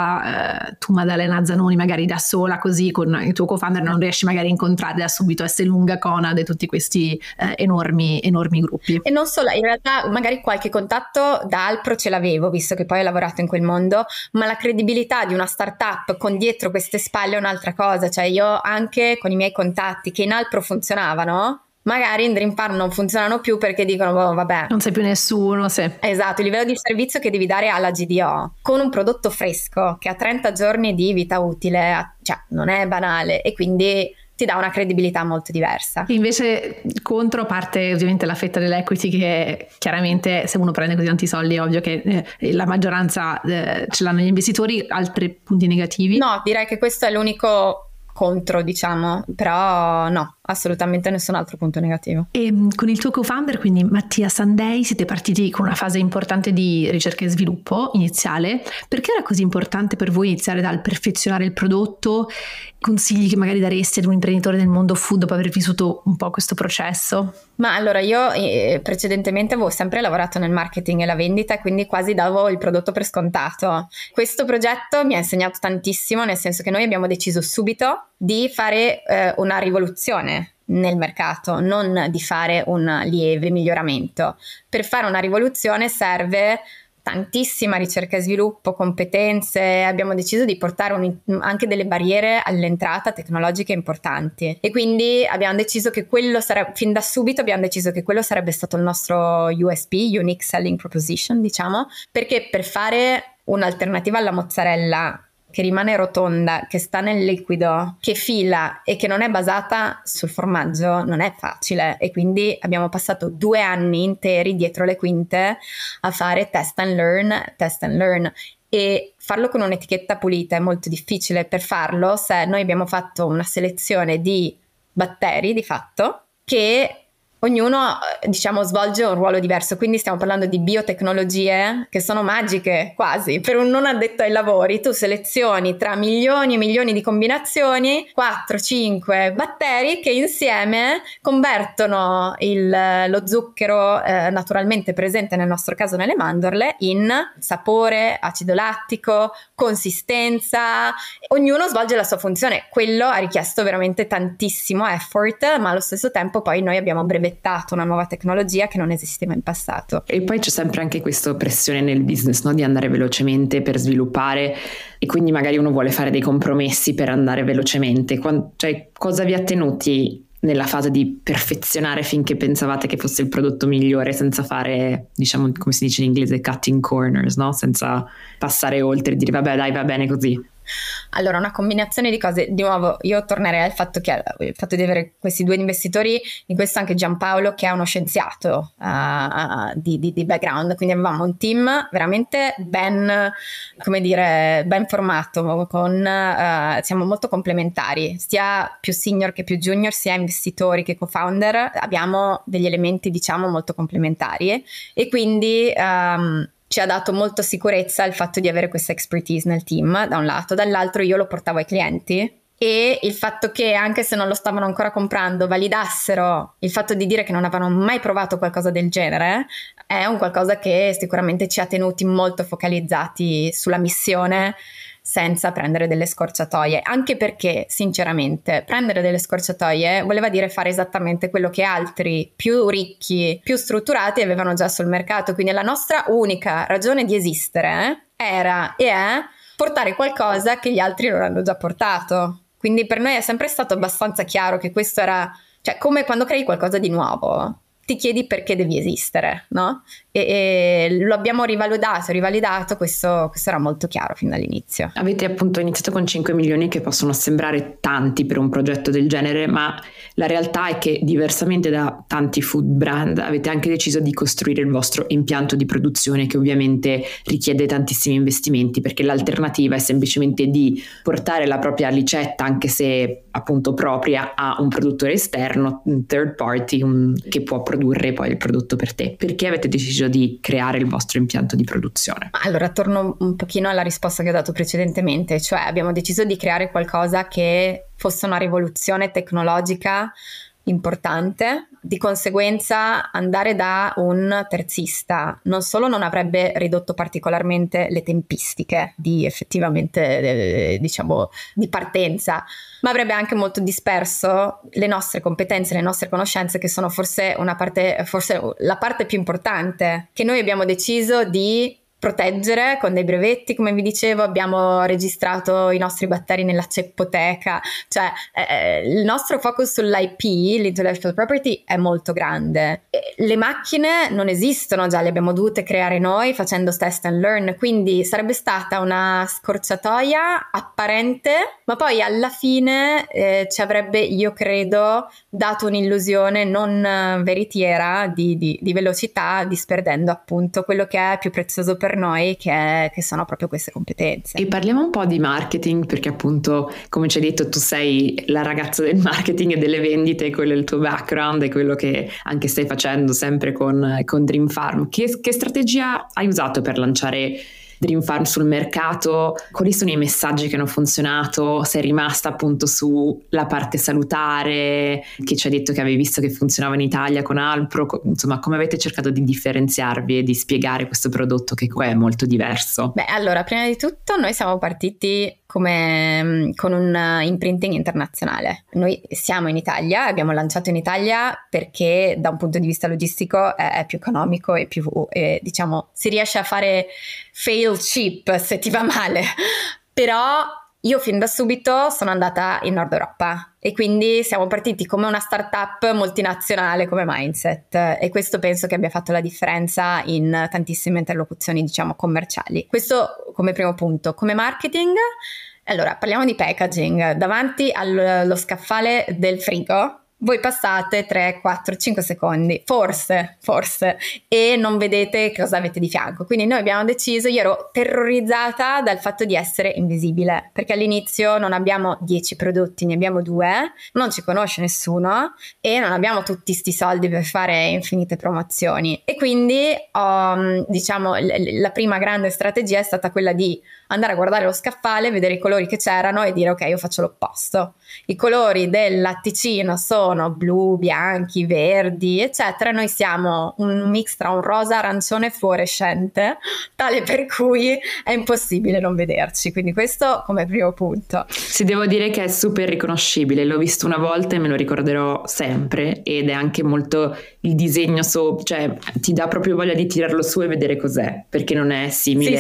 sola, tu Maddalena Zanoni magari da sola così con il tuo co-founder non riesci magari a incontrare da subito Esselunga, Conad e tutti questi enormi gruppi. E non solo, in realtà magari qualche contatto da Alpro ce l'avevo, visto che poi ho lavorato in quel mondo, ma la credibilità di una startup con dietro queste spalle è un'altra cosa. Cioè io anche con i miei contatti che in Alpro funzionavano, magari in Dream Farm non funzionano più perché dicono vabbè, non sei più nessuno. Sì. Esatto, il livello di servizio che devi dare alla GDO con un prodotto fresco che ha 30 giorni di vita utile, cioè non è banale, e quindi ti dà una credibilità molto diversa. Invece contro parte ovviamente la fetta dell'equity, che chiaramente se uno prende così tanti soldi è ovvio che la maggioranza ce l'hanno gli investitori. Altri punti negativi? No, direi che questo è l'unico contro, diciamo, però no, assolutamente nessun altro punto negativo. E con il tuo co-founder, quindi Mattia Sandei, siete partiti con una fase importante di ricerca e sviluppo iniziale. Perché era così importante per voi iniziare dal perfezionare il prodotto? Consigli che magari daresti ad un imprenditore del mondo food dopo aver vissuto un po' questo processo? Ma allora io precedentemente avevo sempre lavorato nel marketing e la vendita e quindi quasi davo il prodotto per scontato. Questo progetto mi ha insegnato tantissimo, nel senso che noi abbiamo deciso subito di fare una rivoluzione nel mercato, non di fare un lieve miglioramento. Per fare una rivoluzione serve tantissima ricerca e sviluppo, competenze. Abbiamo deciso di portare anche delle barriere all'entrata tecnologiche importanti e quindi abbiamo deciso che fin da subito abbiamo deciso che quello sarebbe stato il nostro USP, Unique Selling Proposition, diciamo, perché per fare un'alternativa alla mozzarella che rimane rotonda, che sta nel liquido, che fila e che non è basata sul formaggio, non è facile. E quindi abbiamo passato 2 anni interi dietro le quinte a fare test and learn. E farlo con un'etichetta pulita è molto difficile. Per farlo, noi abbiamo fatto una selezione di batteri, di fatto, che ognuno, diciamo, svolge un ruolo diverso, quindi stiamo parlando di biotecnologie che sono magiche quasi. Per un non addetto ai lavori tu selezioni tra milioni e milioni di combinazioni 4-5 batteri che insieme convertono lo zucchero naturalmente presente nel nostro caso nelle mandorle in sapore, acido lattico, consistenza. Ognuno svolge la sua funzione. Quello ha richiesto veramente tantissimo effort, ma allo stesso tempo poi noi abbiamo brevettato una nuova tecnologia che non esisteva in passato. E poi c'è sempre anche questa pressione nel business, no? Di andare velocemente per sviluppare, e quindi magari uno vuole fare dei compromessi per andare velocemente. Cioè, cosa vi ha tenuti nella fase di perfezionare finché pensavate che fosse il prodotto migliore, senza fare, diciamo, come si dice in inglese, cutting corners, no? Senza passare oltre e dire vabbè dai, va bene così. Allora, una combinazione di cose. Di nuovo, io tornerei al fatto di avere questi 2 investitori, in questo anche Giampaolo, che è uno scienziato di background, quindi avevamo un team veramente ben formato, siamo molto complementari, sia più senior che più junior, sia investitori che co-founder, abbiamo degli elementi, diciamo, molto complementari e quindi ci ha dato molta sicurezza il fatto di avere questa expertise nel team, da un lato. Dall'altro io lo portavo ai clienti e il fatto che, anche se non lo stavano ancora comprando, validassero il fatto di dire che non avevano mai provato qualcosa del genere è un qualcosa che sicuramente ci ha tenuti molto focalizzati sulla missione, senza prendere delle scorciatoie, anche perché sinceramente prendere delle scorciatoie voleva dire fare esattamente quello che altri più ricchi, più strutturati avevano già sul mercato. Quindi la nostra unica ragione di esistere era e è portare qualcosa che gli altri non hanno già portato. Quindi per noi è sempre stato abbastanza chiaro che questo era, cioè, come quando crei qualcosa di nuovo ti chiedi perché devi esistere, no? E lo abbiamo rivalidato, questo era molto chiaro fin dall'inizio. Avete appunto iniziato con 5 milioni, che possono sembrare tanti per un progetto del genere, ma la realtà è che, diversamente da tanti food brand, avete anche deciso di costruire il vostro impianto di produzione, che ovviamente richiede tantissimi investimenti, perché l'alternativa è semplicemente di portare la propria ricetta, anche se appunto propria, a un produttore esterno, un third party, che può produrre poi il prodotto per te. Perché avete deciso di creare il vostro impianto di produzione? Allora, torno un pochino alla risposta che ho dato precedentemente, cioè abbiamo deciso di creare qualcosa che fosse una rivoluzione tecnologica importante. Di conseguenza, andare da un terzista non solo non avrebbe ridotto particolarmente le tempistiche di effettivamente diciamo di partenza, ma avrebbe anche molto disperso le nostre competenze, le nostre conoscenze, che sono forse la parte più importante, che noi abbiamo deciso di proteggere con dei brevetti. Come vi dicevo, abbiamo registrato i nostri batteri nella ceppoteca, cioè il nostro focus sull'IP, l'intellectual property, è molto grande. Le macchine non esistono già, le abbiamo dovute creare noi facendo test and learn, quindi sarebbe stata una scorciatoia apparente, ma poi alla fine ci avrebbe, io credo, dato un'illusione non veritiera di velocità, disperdendo appunto quello che è più prezioso per per noi che sono proprio queste competenze. E parliamo un po' di marketing, perché appunto, come ci hai detto, tu sei la ragazza del marketing e delle vendite, quello è il tuo background, è quello che anche stai facendo sempre con Dream Farm. Che strategia hai usato per lanciare Dream Farm sul mercato? Quali sono i messaggi che hanno funzionato? Sei rimasta appunto sulla parte salutare, che ci hai detto che avevi visto che funzionava in Italia con Alpro, insomma, come avete cercato di differenziarvi e di spiegare questo prodotto che qua è molto diverso? Beh, allora, prima di tutto noi siamo partiti con un imprinting internazionale. Noi siamo in Italia, abbiamo lanciato in Italia perché da un punto di vista logistico è più economico e diciamo si riesce a fare fail cheap se ti va male. Però io fin da subito sono andata in Nord Europa e quindi siamo partiti come una startup multinazionale come mindset, e questo penso che abbia fatto la differenza in tantissime interlocuzioni, diciamo, commerciali. Questo come primo punto. Come marketing, allora parliamo di packaging. Davanti allo scaffale del frigo voi passate 3, 4, 5 secondi, forse, e non vedete cosa avete di fianco. Quindi noi abbiamo deciso, io ero terrorizzata dal fatto di essere invisibile, perché all'inizio non abbiamo 10 prodotti, ne abbiamo 2, non ci conosce nessuno e non abbiamo tutti sti soldi per fare infinite promozioni. E quindi diciamo la prima grande strategia è stata quella di andare a guardare lo scaffale, vedere i colori che c'erano e dire ok, io faccio l'opposto. I colori del latticino sono blu, bianchi, verdi, eccetera. Noi siamo un mix tra un rosa, arancione fluorescente, tale per cui è impossibile non vederci. Quindi questo come primo punto. Sì, devo dire che è super riconoscibile, l'ho visto una volta e me lo ricorderò sempre, ed è anche molto il disegno cioè ti dà proprio voglia di tirarlo su e vedere cos'è, perché non è simile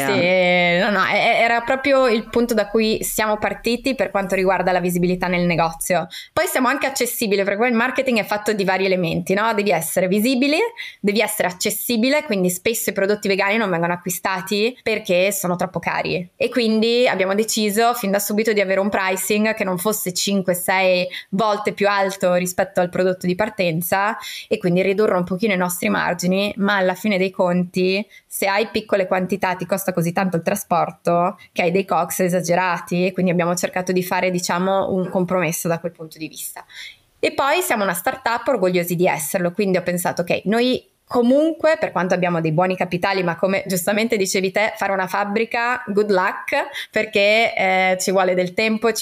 era proprio il punto da cui siamo partiti per quanto riguarda la visibilità nel negozio. Poi siamo anche accessibili, perché poi il marketing è fatto di vari elementi, no? Devi essere visibile, devi essere accessibile, quindi spesso i prodotti vegani non vengono acquistati perché sono troppo cari, e quindi abbiamo deciso fin da subito di avere un pricing che non fosse 5-6 volte più alto rispetto al prodotto di partenza, e quindi ridurre un pochino i nostri margini, ma alla fine dei conti, se hai piccole quantità ti costa così tanto il trasporto che hai dei COGS esagerati, e quindi abbiamo cercato di fare, diciamo, un compromesso da quel punto di vista. E poi siamo una startup orgogliosi di esserlo, quindi ho pensato ok, noi comunque, per quanto abbiamo dei buoni capitali, ma come giustamente dicevi te, fare una fabbrica, good luck, perché ci vuole del tempo,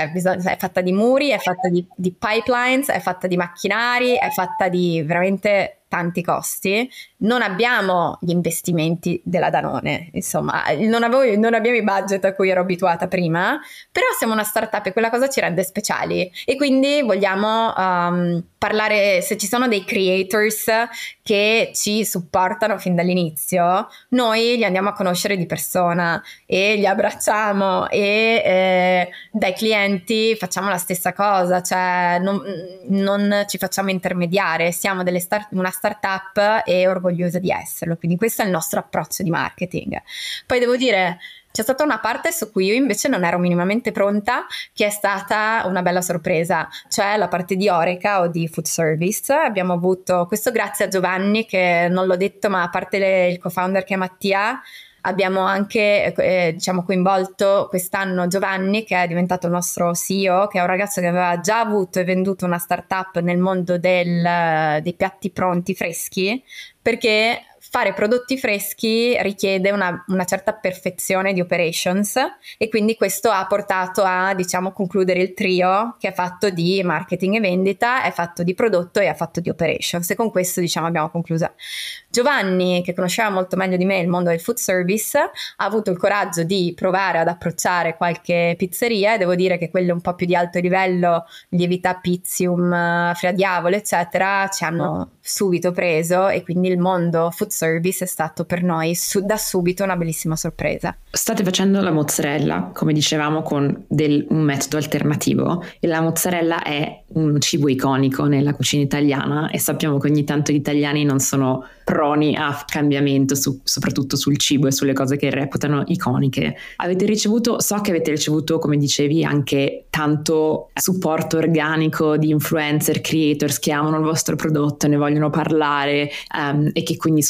è fatta di muri, è fatta di pipelines, è fatta di macchinari, è fatta di veramente tanti costi. Non abbiamo gli investimenti della Danone, insomma, non abbiamo i budget a cui ero abituata prima, però siamo una startup e quella cosa ci rende speciali, e quindi vogliamo parlare, se ci sono dei creators che ci supportano fin dall'inizio, noi li andiamo a conoscere di persona e li abbracciamo, e dai clienti facciamo la stessa cosa, cioè non ci facciamo intermediare, siamo una startup e orgogliosa di esserlo, quindi questo è il nostro approccio di marketing. Poi devo dire, c'è stata una parte su cui io invece non ero minimamente pronta, che è stata una bella sorpresa, cioè la parte di Horeca o di food service. Abbiamo avuto questo grazie a Giovanni, che non l'ho detto, ma a parte il co-founder che è Mattia, abbiamo anche coinvolto quest'anno Giovanni, che è diventato il nostro CEO, che è un ragazzo che aveva già avuto e venduto una startup nel mondo dei piatti pronti freschi, perché fare prodotti freschi richiede una certa perfezione di operations, e quindi questo ha portato a, diciamo, concludere il trio che è fatto di marketing e vendita, è fatto di prodotto e è fatto di operations, e con questo, diciamo, abbiamo concluso. Giovanni, che conosceva molto meglio di me il mondo del food service, ha avuto il coraggio di provare ad approcciare qualche pizzeria, e devo dire che quelle un po' più di alto livello, Lievita, Pizzium, Fra Diavolo, eccetera, ci hanno subito preso, e quindi il mondo food service è stato per noi da subito una bellissima sorpresa. State facendo la mozzarella, come dicevamo, con un metodo alternativo, e la mozzarella è un cibo iconico nella cucina italiana, e sappiamo che ogni tanto gli italiani non sono proni a cambiamento, soprattutto sul cibo e sulle cose che reputano iconiche. So che avete ricevuto, come dicevi, anche tanto supporto organico di influencer, creators che amano il vostro prodotto e ne vogliono parlare, e che quindi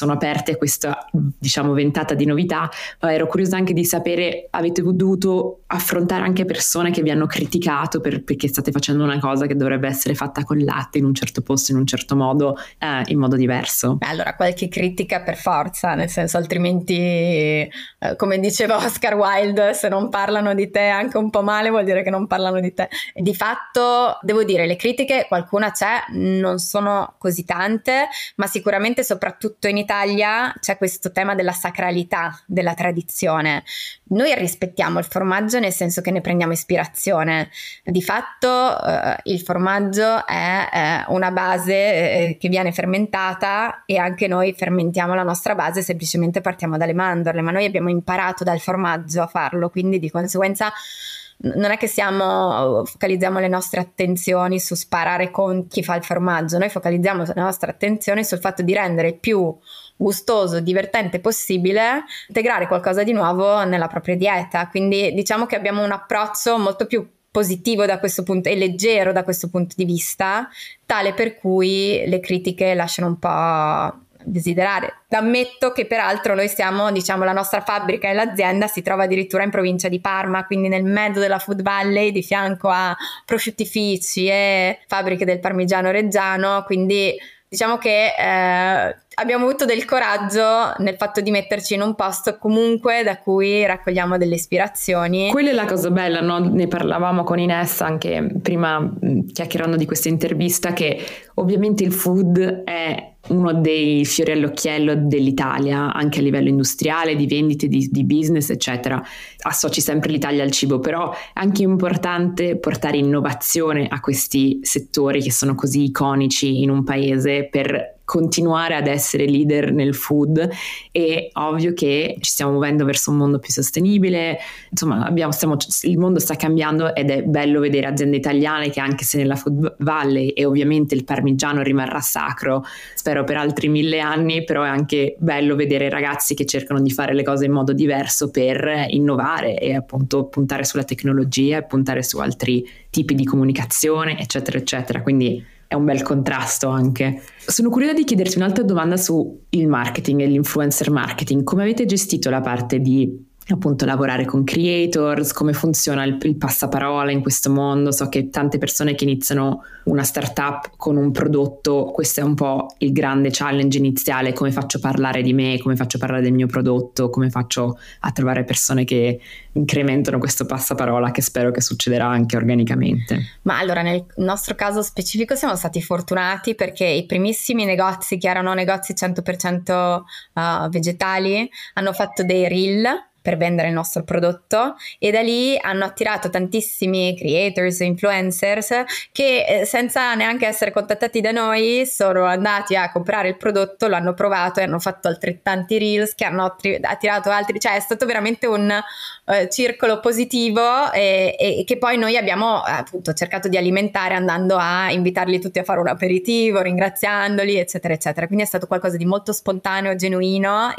sono aperti a questa, diciamo, ventata di novità. Ma ero curiosa anche di sapere, avete dovuto affrontare anche persone che vi hanno criticato perché state facendo una cosa che dovrebbe essere fatta con latte in un certo posto, in un certo modo, in modo diverso? Beh, allora qualche critica per forza, nel senso, altrimenti come diceva Oscar Wilde, se non parlano di te anche un po' male vuol dire che non parlano di te. Di fatto devo dire, le critiche qualcuna c'è, non sono così tante, ma sicuramente soprattutto in Italia c'è questo tema della sacralità della tradizione. Noi rispettiamo il formaggio nel senso che ne prendiamo ispirazione. Di fatto il formaggio è una base che viene fermentata, e anche noi fermentiamo la nostra base, semplicemente partiamo dalle mandorle, ma noi abbiamo imparato dal formaggio a farlo, quindi di conseguenza non è che focalizziamo le nostre attenzioni su sparare con chi fa il formaggio, noi focalizziamo le nostre attenzioni sul fatto di rendere il più gustoso, divertente possibile, integrare qualcosa di nuovo nella propria dieta. Quindi diciamo che abbiamo un approccio molto più positivo da questo punto e leggero da questo punto di vista, tale per cui le critiche lasciano un po' desiderare. Ammetto che peraltro noi stiamo, diciamo, la nostra fabbrica e l'azienda si trova addirittura in provincia di Parma, quindi nel mezzo della Food Valley, di fianco a prosciuttifici e fabbriche del parmigiano reggiano, quindi diciamo che abbiamo avuto del coraggio nel fatto di metterci in un posto comunque da cui raccogliamo delle ispirazioni. Quella è la cosa bella, no? Ne parlavamo con Ines anche prima, chiacchierando di questa intervista, che ovviamente il food è uno dei fiori all'occhiello dell'Italia, anche a livello industriale, di vendite, di business, eccetera. Associ sempre l'Italia al cibo, però è anche importante portare innovazione a questi settori che sono così iconici in un paese per continuare ad essere leader nel food. E ovvio che ci stiamo muovendo verso un mondo più sostenibile, insomma il mondo sta cambiando ed è bello vedere aziende italiane che, anche se nella Food Valley e ovviamente il parmigiano rimarrà sacro, spero per altri 1000 anni, però è anche bello vedere ragazzi che cercano di fare le cose in modo diverso per innovare e appunto puntare sulla tecnologia e puntare su altri tipi di comunicazione, eccetera eccetera. Quindi è un bel contrasto anche. Sono curiosa di chiederti un'altra domanda su il marketing e l'influencer marketing. Come avete gestito la parte di appunto lavorare con creators? Come funziona il passaparola in questo mondo? So che tante persone che iniziano una startup con un prodotto, questo è un po' il grande challenge iniziale: come faccio a parlare di me, come faccio a parlare del mio prodotto, come faccio a trovare persone che incrementano questo passaparola, che spero che succederà anche organicamente. Ma allora, nel nostro caso specifico siamo stati fortunati perché i primissimi negozi, che erano negozi 100% vegetali, hanno fatto dei reel per vendere il nostro prodotto, e da lì hanno attirato tantissimi creators e influencers che senza neanche essere contattati da noi sono andati a comprare il prodotto, lo hanno provato e hanno fatto altrettanti reels che hanno attirato altri, cioè è stato veramente un circolo positivo e che poi noi abbiamo appunto cercato di alimentare andando a invitarli tutti a fare un aperitivo, ringraziandoli, eccetera eccetera. Quindi è stato qualcosa di molto spontaneo, genuino,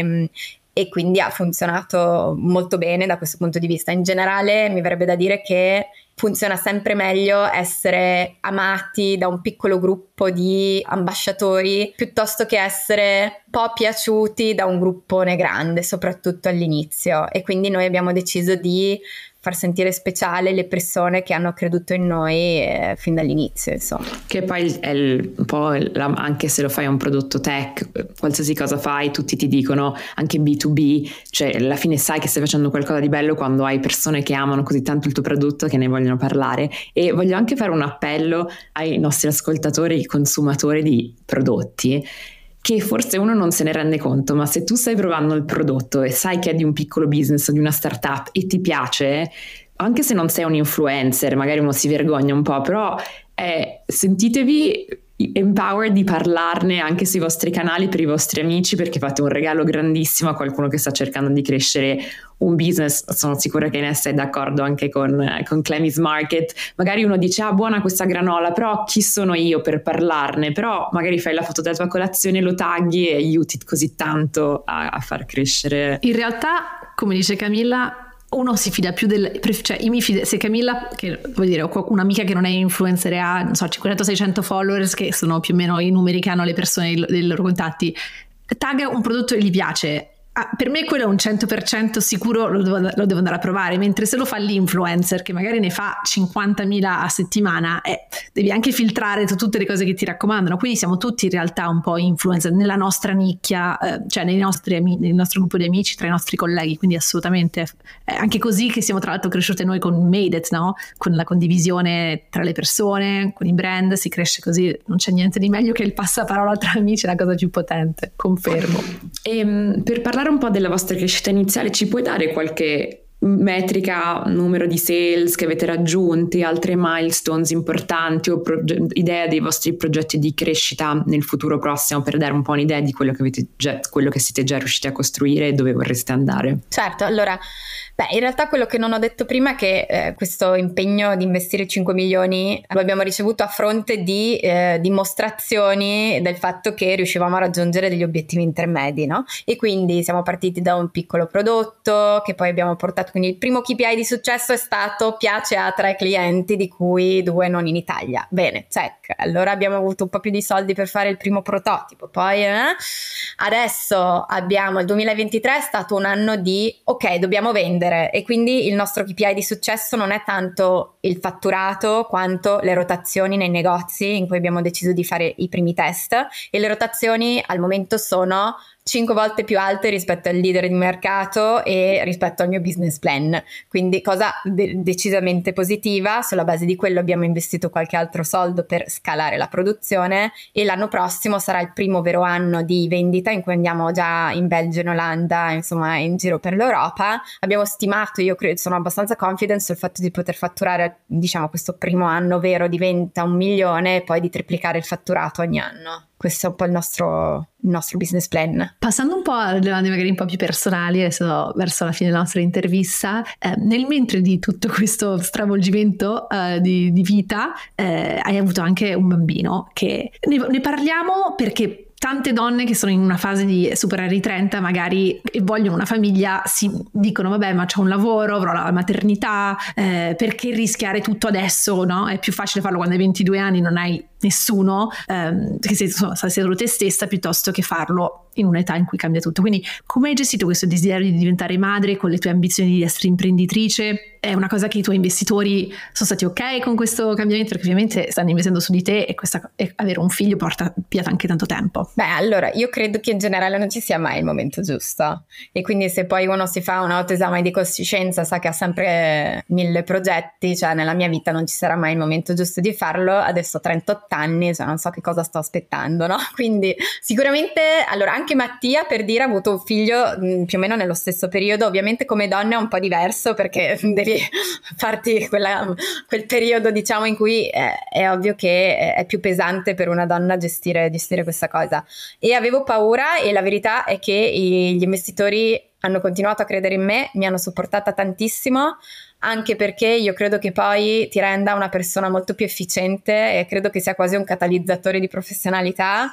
e quindi ha funzionato molto bene da questo punto di vista. In generale mi verrebbe da dire che funziona sempre meglio essere amati da un piccolo gruppo di ambasciatori piuttosto che essere un po' piaciuti da un gruppone grande, soprattutto all'inizio, e quindi noi abbiamo deciso di far sentire speciale le persone che hanno creduto in noi fin dall'inizio, insomma. Che poi è un po' anche se lo fai un prodotto tech, qualsiasi cosa fai, tutti ti dicono, anche B2B, cioè alla fine sai che stai facendo qualcosa di bello quando hai persone che amano così tanto il tuo prodotto che ne vogliono parlare. E voglio anche fare un appello ai nostri ascoltatori, consumatori di prodotti, che forse uno non se ne rende conto, ma se tu stai provando il prodotto e sai che è di un piccolo business o di una startup e ti piace, anche se non sei un influencer, magari uno si vergogna un po', però sentitevi empowered di parlarne anche sui vostri canali per i vostri amici, perché fate un regalo grandissimo a qualcuno che sta cercando di crescere un business. Sono sicura che Ines è d'accordo anche con Clemmy's Market. Magari uno dice buona questa granola, però chi sono io per parlarne? Però magari fai la foto della tua colazione, lo tagghi e aiuti così tanto a far crescere. In realtà, come dice Camilla, uno si fida più cioè io mi fido, se Camilla, che vuol dire ho un'amica che non è influencer, ha non so 500-600 followers, che sono più o meno i numeri che hanno le persone dei loro contatti, tagga un prodotto che gli piace. Per me quello è un 100% sicuro, lo devo andare a provare, mentre se lo fa l'influencer che magari ne fa 50.000 a settimana, devi anche filtrare tutte le cose che ti raccomandano, quindi siamo tutti in realtà un po' influencer nella nostra nicchia, cioè nel nostro gruppo di amici, tra i nostri colleghi, quindi assolutamente è anche così che siamo tra l'altro cresciute noi con Made It, no? Con la condivisione tra le persone, con i brand, si cresce così, non c'è niente di meglio che il passaparola tra amici, è la cosa più potente, confermo. E per parlare un po' della vostra crescita iniziale, ci puoi dare qualche metrica, numero di sales che avete raggiunti, altre milestones importanti o idea dei vostri progetti di crescita nel futuro prossimo, per dare un po' un'idea di quello che siete già riusciti a costruire e dove vorreste andare? Certo, allora, in realtà quello che non ho detto prima è che questo impegno di investire 5 milioni lo abbiamo ricevuto a fronte di dimostrazioni del fatto che riuscivamo a raggiungere degli obiettivi intermedi, no? E quindi siamo partiti da un piccolo prodotto che poi abbiamo portato, quindi il primo KPI di successo è stato piace a 3 clienti, di cui 2 non in Italia. Bene, check. Allora abbiamo avuto un po' più di soldi per fare il primo prototipo, poi adesso abbiamo il 2023 è stato un anno di ok, dobbiamo vendere, e quindi il nostro KPI di successo non è tanto il fatturato quanto le rotazioni nei negozi in cui abbiamo deciso di fare i primi test, e le rotazioni al momento sono 5 volte più alte rispetto al leader di mercato e rispetto al mio business plan, quindi cosa decisamente positiva. Sulla base di quello abbiamo investito qualche altro soldo per scalare la produzione, e l'anno prossimo sarà il primo vero anno di vendita in cui andiamo già in Belgio, in Olanda, insomma in giro per l'Europa. Abbiamo stimato, io credo, sono abbastanza confident sul fatto di poter fatturare, diciamo, questo primo anno vero di vendita 1 milione e poi di triplicare il fatturato ogni anno. Questo è un po' il nostro business plan. Passando un po' alle domande magari un po' più personali, adesso verso la fine della nostra intervista, nel mentre di tutto questo stravolgimento di vita, hai avuto anche un bambino, che ne parliamo perché tante donne che sono in una fase di superare i 30 magari e vogliono una famiglia si dicono vabbè, ma c'ho un lavoro, avrò la maternità, perché rischiare tutto adesso, no? È più facile farlo quando hai 22 anni, non hai nessuno, che sei solo te stessa, piuttosto che farlo in un'età in cui cambia tutto. Quindi come hai gestito questo desiderio di diventare madre con le tue ambizioni di essere imprenditrice? È una cosa che i tuoi investitori sono stati ok con questo cambiamento, perché ovviamente stanno investendo su di te e avere un figlio porta via anche tanto tempo. Allora, io credo che in generale non ci sia mai il momento giusto, e quindi se poi uno si fa un autoesame di coscienza sa che ha sempre 1000 progetti, cioè nella mia vita non ci sarà mai il momento giusto di farlo. Adesso ho 38 anni, cioè non so che cosa sto aspettando, no? Quindi sicuramente, allora, anche Mattia, per dire, ha avuto un figlio più o meno nello stesso periodo. Ovviamente come donna è un po' diverso, perché devi farti quel periodo, diciamo, in cui è ovvio che è più pesante per una donna gestire questa cosa. E avevo paura, e la verità è che gli investitori hanno continuato a credere in me, mi hanno supportata tantissimo, anche perché io credo che poi ti renda una persona molto più efficiente, e credo che sia quasi un catalizzatore di professionalità.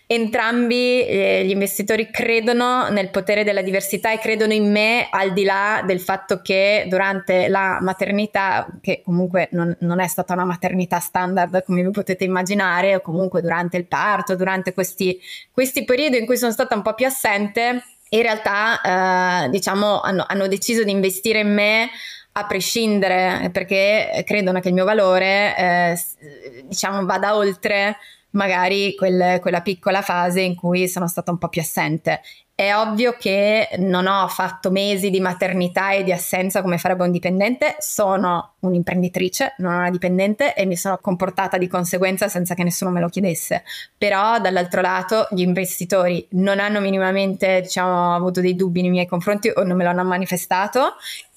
Entrambi gli investitori credono nel potere della diversità e credono in me, al di là del fatto che durante la maternità, che comunque non è stata una maternità standard come vi potete immaginare, o comunque durante il parto, durante questi periodi in cui sono stata un po' più assente, in realtà diciamo hanno deciso di investire in me a prescindere, perché credono che il mio valore diciamo vada oltre magari quella piccola fase in cui sono stata un po' più assente. È ovvio che non ho fatto mesi di maternità e di assenza come farebbe un dipendente, sono un'imprenditrice, non una dipendente, e mi sono comportata di conseguenza senza che nessuno me lo chiedesse. Però dall'altro lato gli investitori non hanno minimamente, diciamo, avuto dei dubbi nei miei confronti o non me lo hanno manifestato,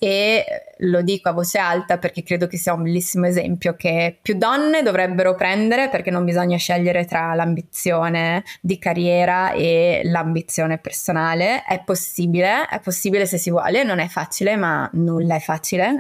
e lo dico a voce alta perché credo che sia un bellissimo esempio che più donne dovrebbero prendere, perché non bisogna scegliere tra l'ambizione di carriera e l'ambizione personale. È possibile se si vuole, non è facile, ma nulla è facile.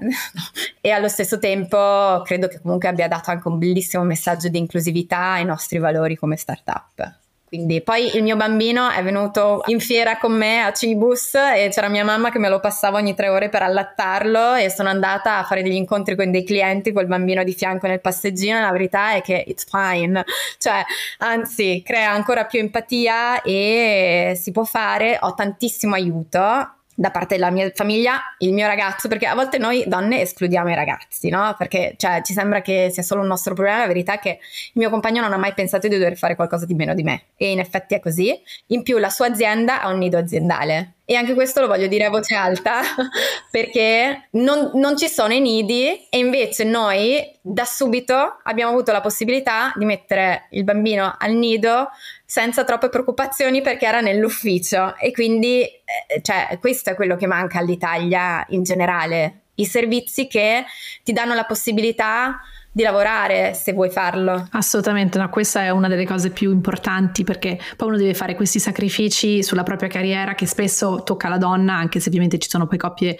E allo stesso tempo credo che comunque abbia dato anche un bellissimo messaggio di inclusività ai nostri valori come startup. Quindi poi il mio bambino è venuto in fiera con me a Cibus e c'era mia mamma che me lo passava ogni 3 ore per allattarlo, e sono andata a fare degli incontri con dei clienti col bambino di fianco nel passeggino, e la verità è che it's fine, cioè anzi crea ancora più empatia e si può fare. Ho tantissimo aiuto da parte della mia famiglia, il mio ragazzo, perché a volte noi donne escludiamo i ragazzi, no? Perché cioè, ci sembra che sia solo un nostro problema. La verità è che il mio compagno non ha mai pensato di dover fare qualcosa di meno di me, e in effetti è così. In più la sua azienda ha un nido aziendale, e anche questo lo voglio dire a voce alta perché non ci sono i nidi, e invece noi da subito abbiamo avuto la possibilità di mettere il bambino al nido senza troppe preoccupazioni, perché era nell'ufficio. E quindi cioè, questo è quello che manca all'Italia in generale, i servizi che ti danno la possibilità di lavorare se vuoi farlo. Assolutamente, no, questa è una delle cose più importanti, perché poi uno deve fare questi sacrifici sulla propria carriera che spesso tocca alla donna, anche se ovviamente ci sono poi coppie,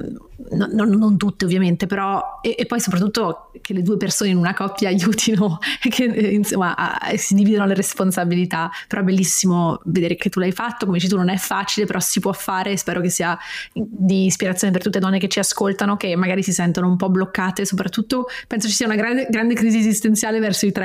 non tutte ovviamente, però e poi soprattutto che le 2 persone in una coppia aiutino e che insomma si dividono le responsabilità. Però è bellissimo vedere che tu l'hai fatto, come dici tu non è facile, però si può fare, e spero che sia di ispirazione per tutte le donne che ci ascoltano, che magari si sentono un po' bloccate. Soprattutto penso ci sia una grande crisi esistenziale verso i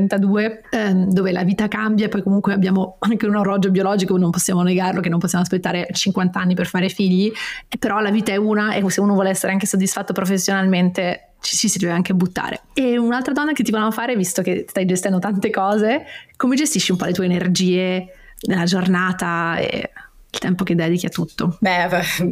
30-32, dove la vita cambia, e poi comunque abbiamo anche un orologio biologico, non possiamo negarlo, che non possiamo aspettare 50 anni per fare figli, però la vita è una, e se uno vuole essere anche soddisfatto professionalmente ci si deve anche buttare. E un'altra domanda che ti volevamo fare, visto che stai gestendo tante cose, come gestisci un po' le tue energie nella giornata e il tempo che dedichi a tutto? Beh,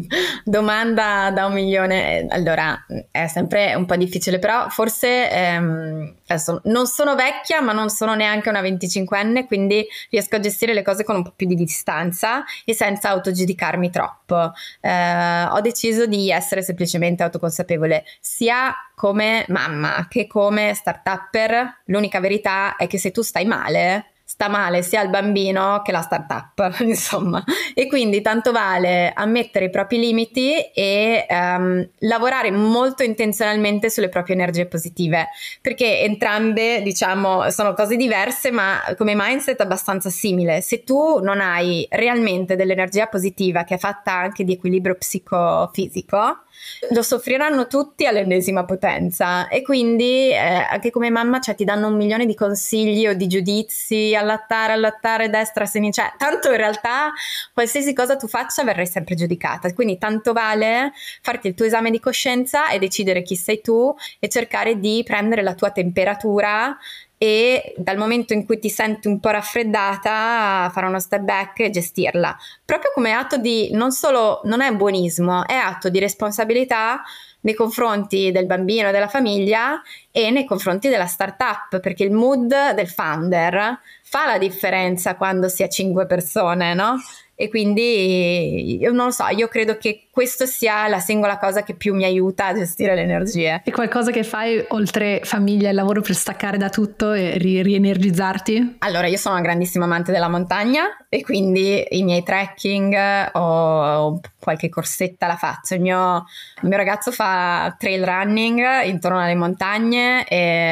domanda da 1 milione. Allora, è sempre un po' difficile, però forse adesso non sono vecchia, ma non sono neanche una 25enne, quindi riesco a gestire le cose con un po' più di distanza e senza autogiudicarmi troppo. Ho deciso di essere semplicemente autoconsapevole, sia come mamma che come start-upper. L'unica verità è che se tu stai male, sta male sia il bambino che la startup, insomma, e quindi tanto vale ammettere i propri limiti e lavorare molto intenzionalmente sulle proprie energie positive, perché entrambe, diciamo, sono cose diverse, ma come mindset abbastanza simile. Se tu non hai realmente dell'energia positiva, che è fatta anche di equilibrio psicofisico, lo soffriranno tutti all'ennesima potenza. E quindi anche come mamma, cioè, ti danno 1 milione di consigli o di giudizi: allattare destra, sinistra, cioè, tanto in realtà qualsiasi cosa tu faccia verrai sempre giudicata, quindi tanto vale farti il tuo esame di coscienza e decidere chi sei tu, e cercare di prendere la tua temperatura, e dal momento in cui ti senti un po' raffreddata fare uno step back e gestirla, proprio come atto di, non è buonismo, è atto di responsabilità nei confronti del bambino e della famiglia, e nei confronti della startup, perché il mood del founder fa la differenza quando si è 5 persone, no? E quindi io non lo so, io credo che questo sia la singola cosa che più mi aiuta a gestire le energie. E qualcosa che fai oltre famiglia e lavoro per staccare da tutto e rienergizzarti? Allora, io sono una grandissima amante della montagna, e quindi i miei trekking o qualche corsetta la faccio. Il mio ragazzo fa trail running intorno alle montagne,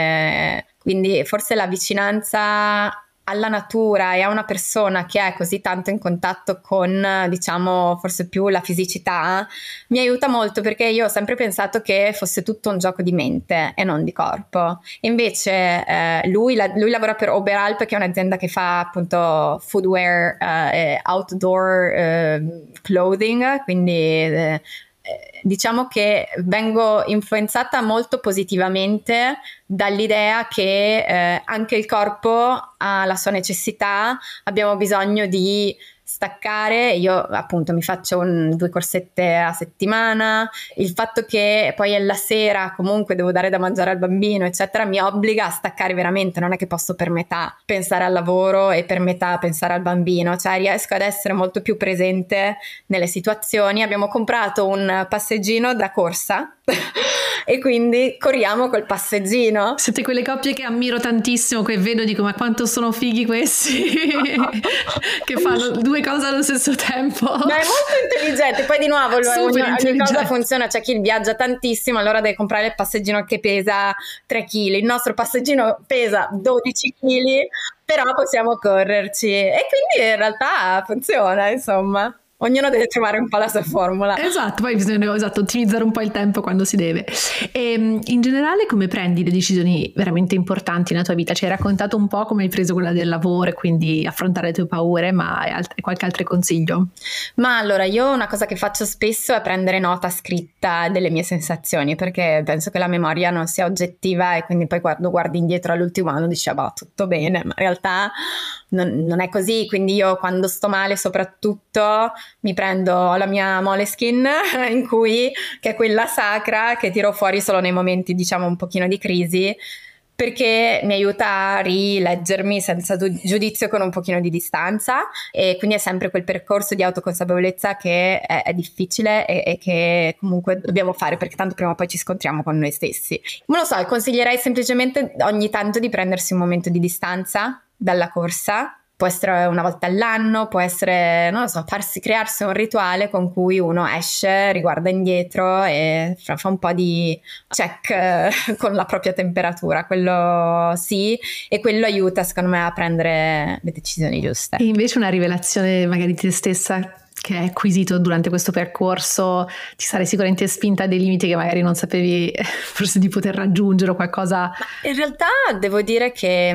e quindi forse la vicinanza alla natura e a una persona che è così tanto in contatto con, diciamo, forse più la fisicità, mi aiuta molto, perché io ho sempre pensato che fosse tutto un gioco di mente e non di corpo. E invece lui lavora per Oberalp, che è un'azienda che fa appunto footwear e outdoor clothing, quindi diciamo che vengo influenzata molto positivamente dall'idea che anche il corpo ha la sua necessità, abbiamo bisogno di staccare. Io appunto mi faccio 2 corsette a settimana, il fatto che poi la sera comunque devo dare da mangiare al bambino eccetera mi obbliga a staccare veramente, non è che posso per metà pensare al lavoro e per metà pensare al bambino, cioè riesco ad essere molto più presente nelle situazioni. Abbiamo comprato un passeggino da corsa e quindi corriamo col passeggino. Siete quelle coppie che ammiro tantissimo, che vedo e dico ma quanto sono fighi questi che fanno due cose allo stesso tempo. Ma è molto intelligente. Poi di nuovo ogni cosa funziona. C'è chi viaggia tantissimo, allora deve comprare il passeggino che pesa 3 kg. Il nostro passeggino pesa 12 kg, però possiamo correrci, e quindi in realtà funziona, insomma. Ognuno deve trovare un po' la sua formula. Esatto, poi bisogna ottimizzare un po' il tempo quando si deve. E in generale come prendi le decisioni veramente importanti nella tua vita? Ci hai raccontato un po' come hai preso quella del lavoro e quindi affrontare le tue paure, ma hai qualche altro consiglio? Ma allora, io una cosa che faccio spesso è prendere nota scritta delle mie sensazioni, perché penso che la memoria non sia oggettiva, e quindi poi quando guardi indietro all'ultimo anno dici tutto bene, ma in realtà non è così. Quindi io quando sto male soprattutto mi prendo la mia Moleskine che è quella sacra, che tiro fuori solo nei momenti diciamo un pochino di crisi, perché mi aiuta a rileggermi senza giudizio, con un pochino di distanza, e quindi è sempre quel percorso di autoconsapevolezza che è difficile e che comunque dobbiamo fare, perché tanto prima o poi ci scontriamo con noi stessi. Non lo so, consiglierei semplicemente ogni tanto di prendersi un momento di distanza dalla corsa. Può essere una volta all'anno, può essere, non lo so, crearsi un rituale con cui uno esce, riguarda indietro e fa un po' di check con la propria temperatura. Quello sì, e quello aiuta secondo me a prendere le decisioni giuste. E invece una rivelazione magari di te stessa che hai acquisito durante questo percorso, ti sarei sicuramente spinta a dei limiti che magari non sapevi forse di poter raggiungere o qualcosa? In realtà devo dire che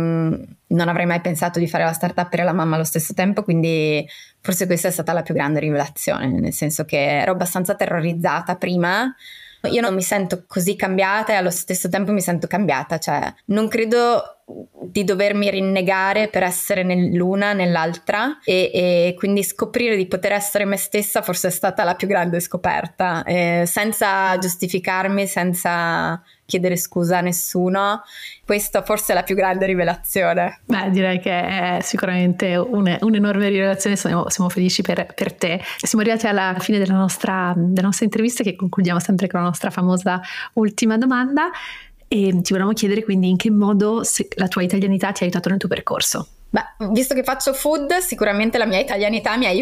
non avrei mai pensato di fare la startup e la mamma allo stesso tempo, quindi forse questa è stata la più grande rivelazione, nel senso che ero abbastanza terrorizzata prima. Io non mi sento così cambiata e allo stesso tempo mi sento cambiata, cioè non credo di dovermi rinnegare per essere nell'una nell'altra, e quindi scoprire di poter essere me stessa forse è stata la più grande scoperta, senza giustificarmi, senza chiedere scusa a nessuno. Questa forse è la più grande rivelazione. Beh, direi che è sicuramente un'enorme rivelazione, siamo felici per te. Siamo arrivati alla fine della nostra intervista, che concludiamo sempre con la nostra famosa ultima domanda, e ti volevamo chiedere quindi in che modo la tua italianità ti ha aiutato nel tuo percorso. Beh, visto che faccio food, sicuramente la mia italianità mi ha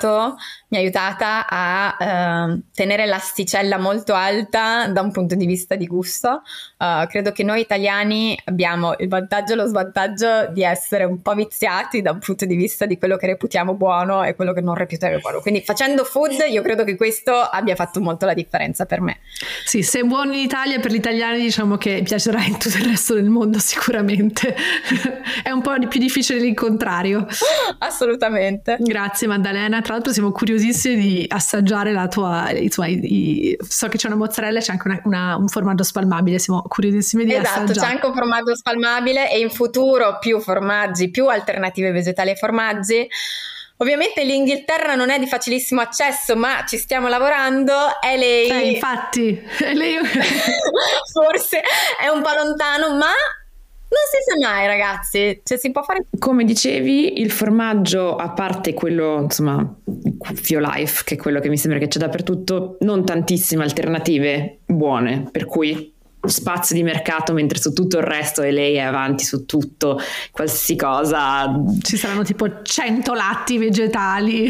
aiutata a tenere l'asticella molto alta da un punto di vista di gusto. Credo che noi italiani abbiamo il vantaggio e lo svantaggio di essere un po' viziati da un punto di vista di quello che reputiamo buono e quello che non reputiamo buono. Quindi facendo food io credo che questo abbia fatto molto la differenza per me. Sì, sei buono in Italia, per gli italiani diciamo che piacerà in tutto il resto del mondo sicuramente. È un po' più difficile il contrario. Assolutamente. Grazie Maddalena, tra l'altro siamo curiosissimi di assaggiare la tua so che c'è una mozzarella e c'è anche un formaggio spalmabile, siamo curiosissimi di assaggiare. Esatto, c'è anche un formaggio spalmabile, e in futuro più formaggi, più alternative vegetali ai formaggi. Ovviamente l'Inghilterra non è di facilissimo accesso, ma ci stiamo lavorando. lei infatti lei forse è un po' lontano, ma non si sa mai, ragazzi, cioè si può fare. Come dicevi, il formaggio, a parte quello, insomma, Fiolife, che è quello che mi sembra che c'è dappertutto, non tantissime alternative buone, per cui spazio di mercato, mentre su tutto il resto lei è avanti su tutto, qualsiasi cosa. Ci saranno tipo 100 latti vegetali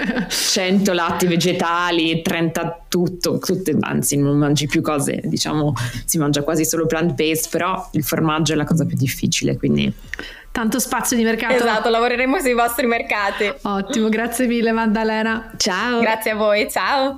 30 tutte, anzi non mangi più cose, diciamo si mangia quasi solo plant-based, però il formaggio è la cosa più difficile, quindi tanto spazio di mercato. Esatto, lavoreremo sui vostri mercati. Ottimo, grazie mille Maddalena. Ciao. Grazie a voi, ciao.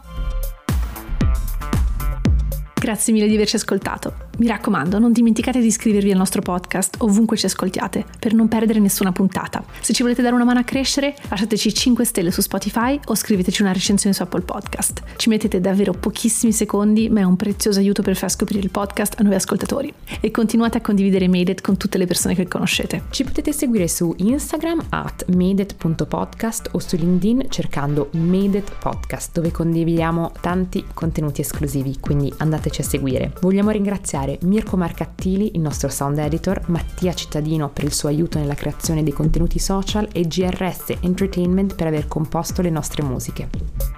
Grazie mille di averci ascoltato. Mi raccomando, non dimenticate di iscrivervi al nostro podcast ovunque ci ascoltiate per non perdere nessuna puntata. Se ci volete dare una mano a crescere, lasciateci 5 stelle su Spotify o scriveteci una recensione su Apple Podcast. Ci mettete davvero pochissimi secondi, ma è un prezioso aiuto per far scoprire il podcast a nuovi ascoltatori. E continuate a condividere Made It con tutte le persone che conoscete. Ci potete seguire su Instagram @madeit.podcast o su LinkedIn cercando Made It Podcast, dove condividiamo tanti contenuti esclusivi, quindi andateci a seguire. Vogliamo ringraziare Mirko Marcattili, il nostro sound editor, Mattia Cittadino per il suo aiuto nella creazione dei contenuti social e GRS Entertainment per aver composto le nostre musiche.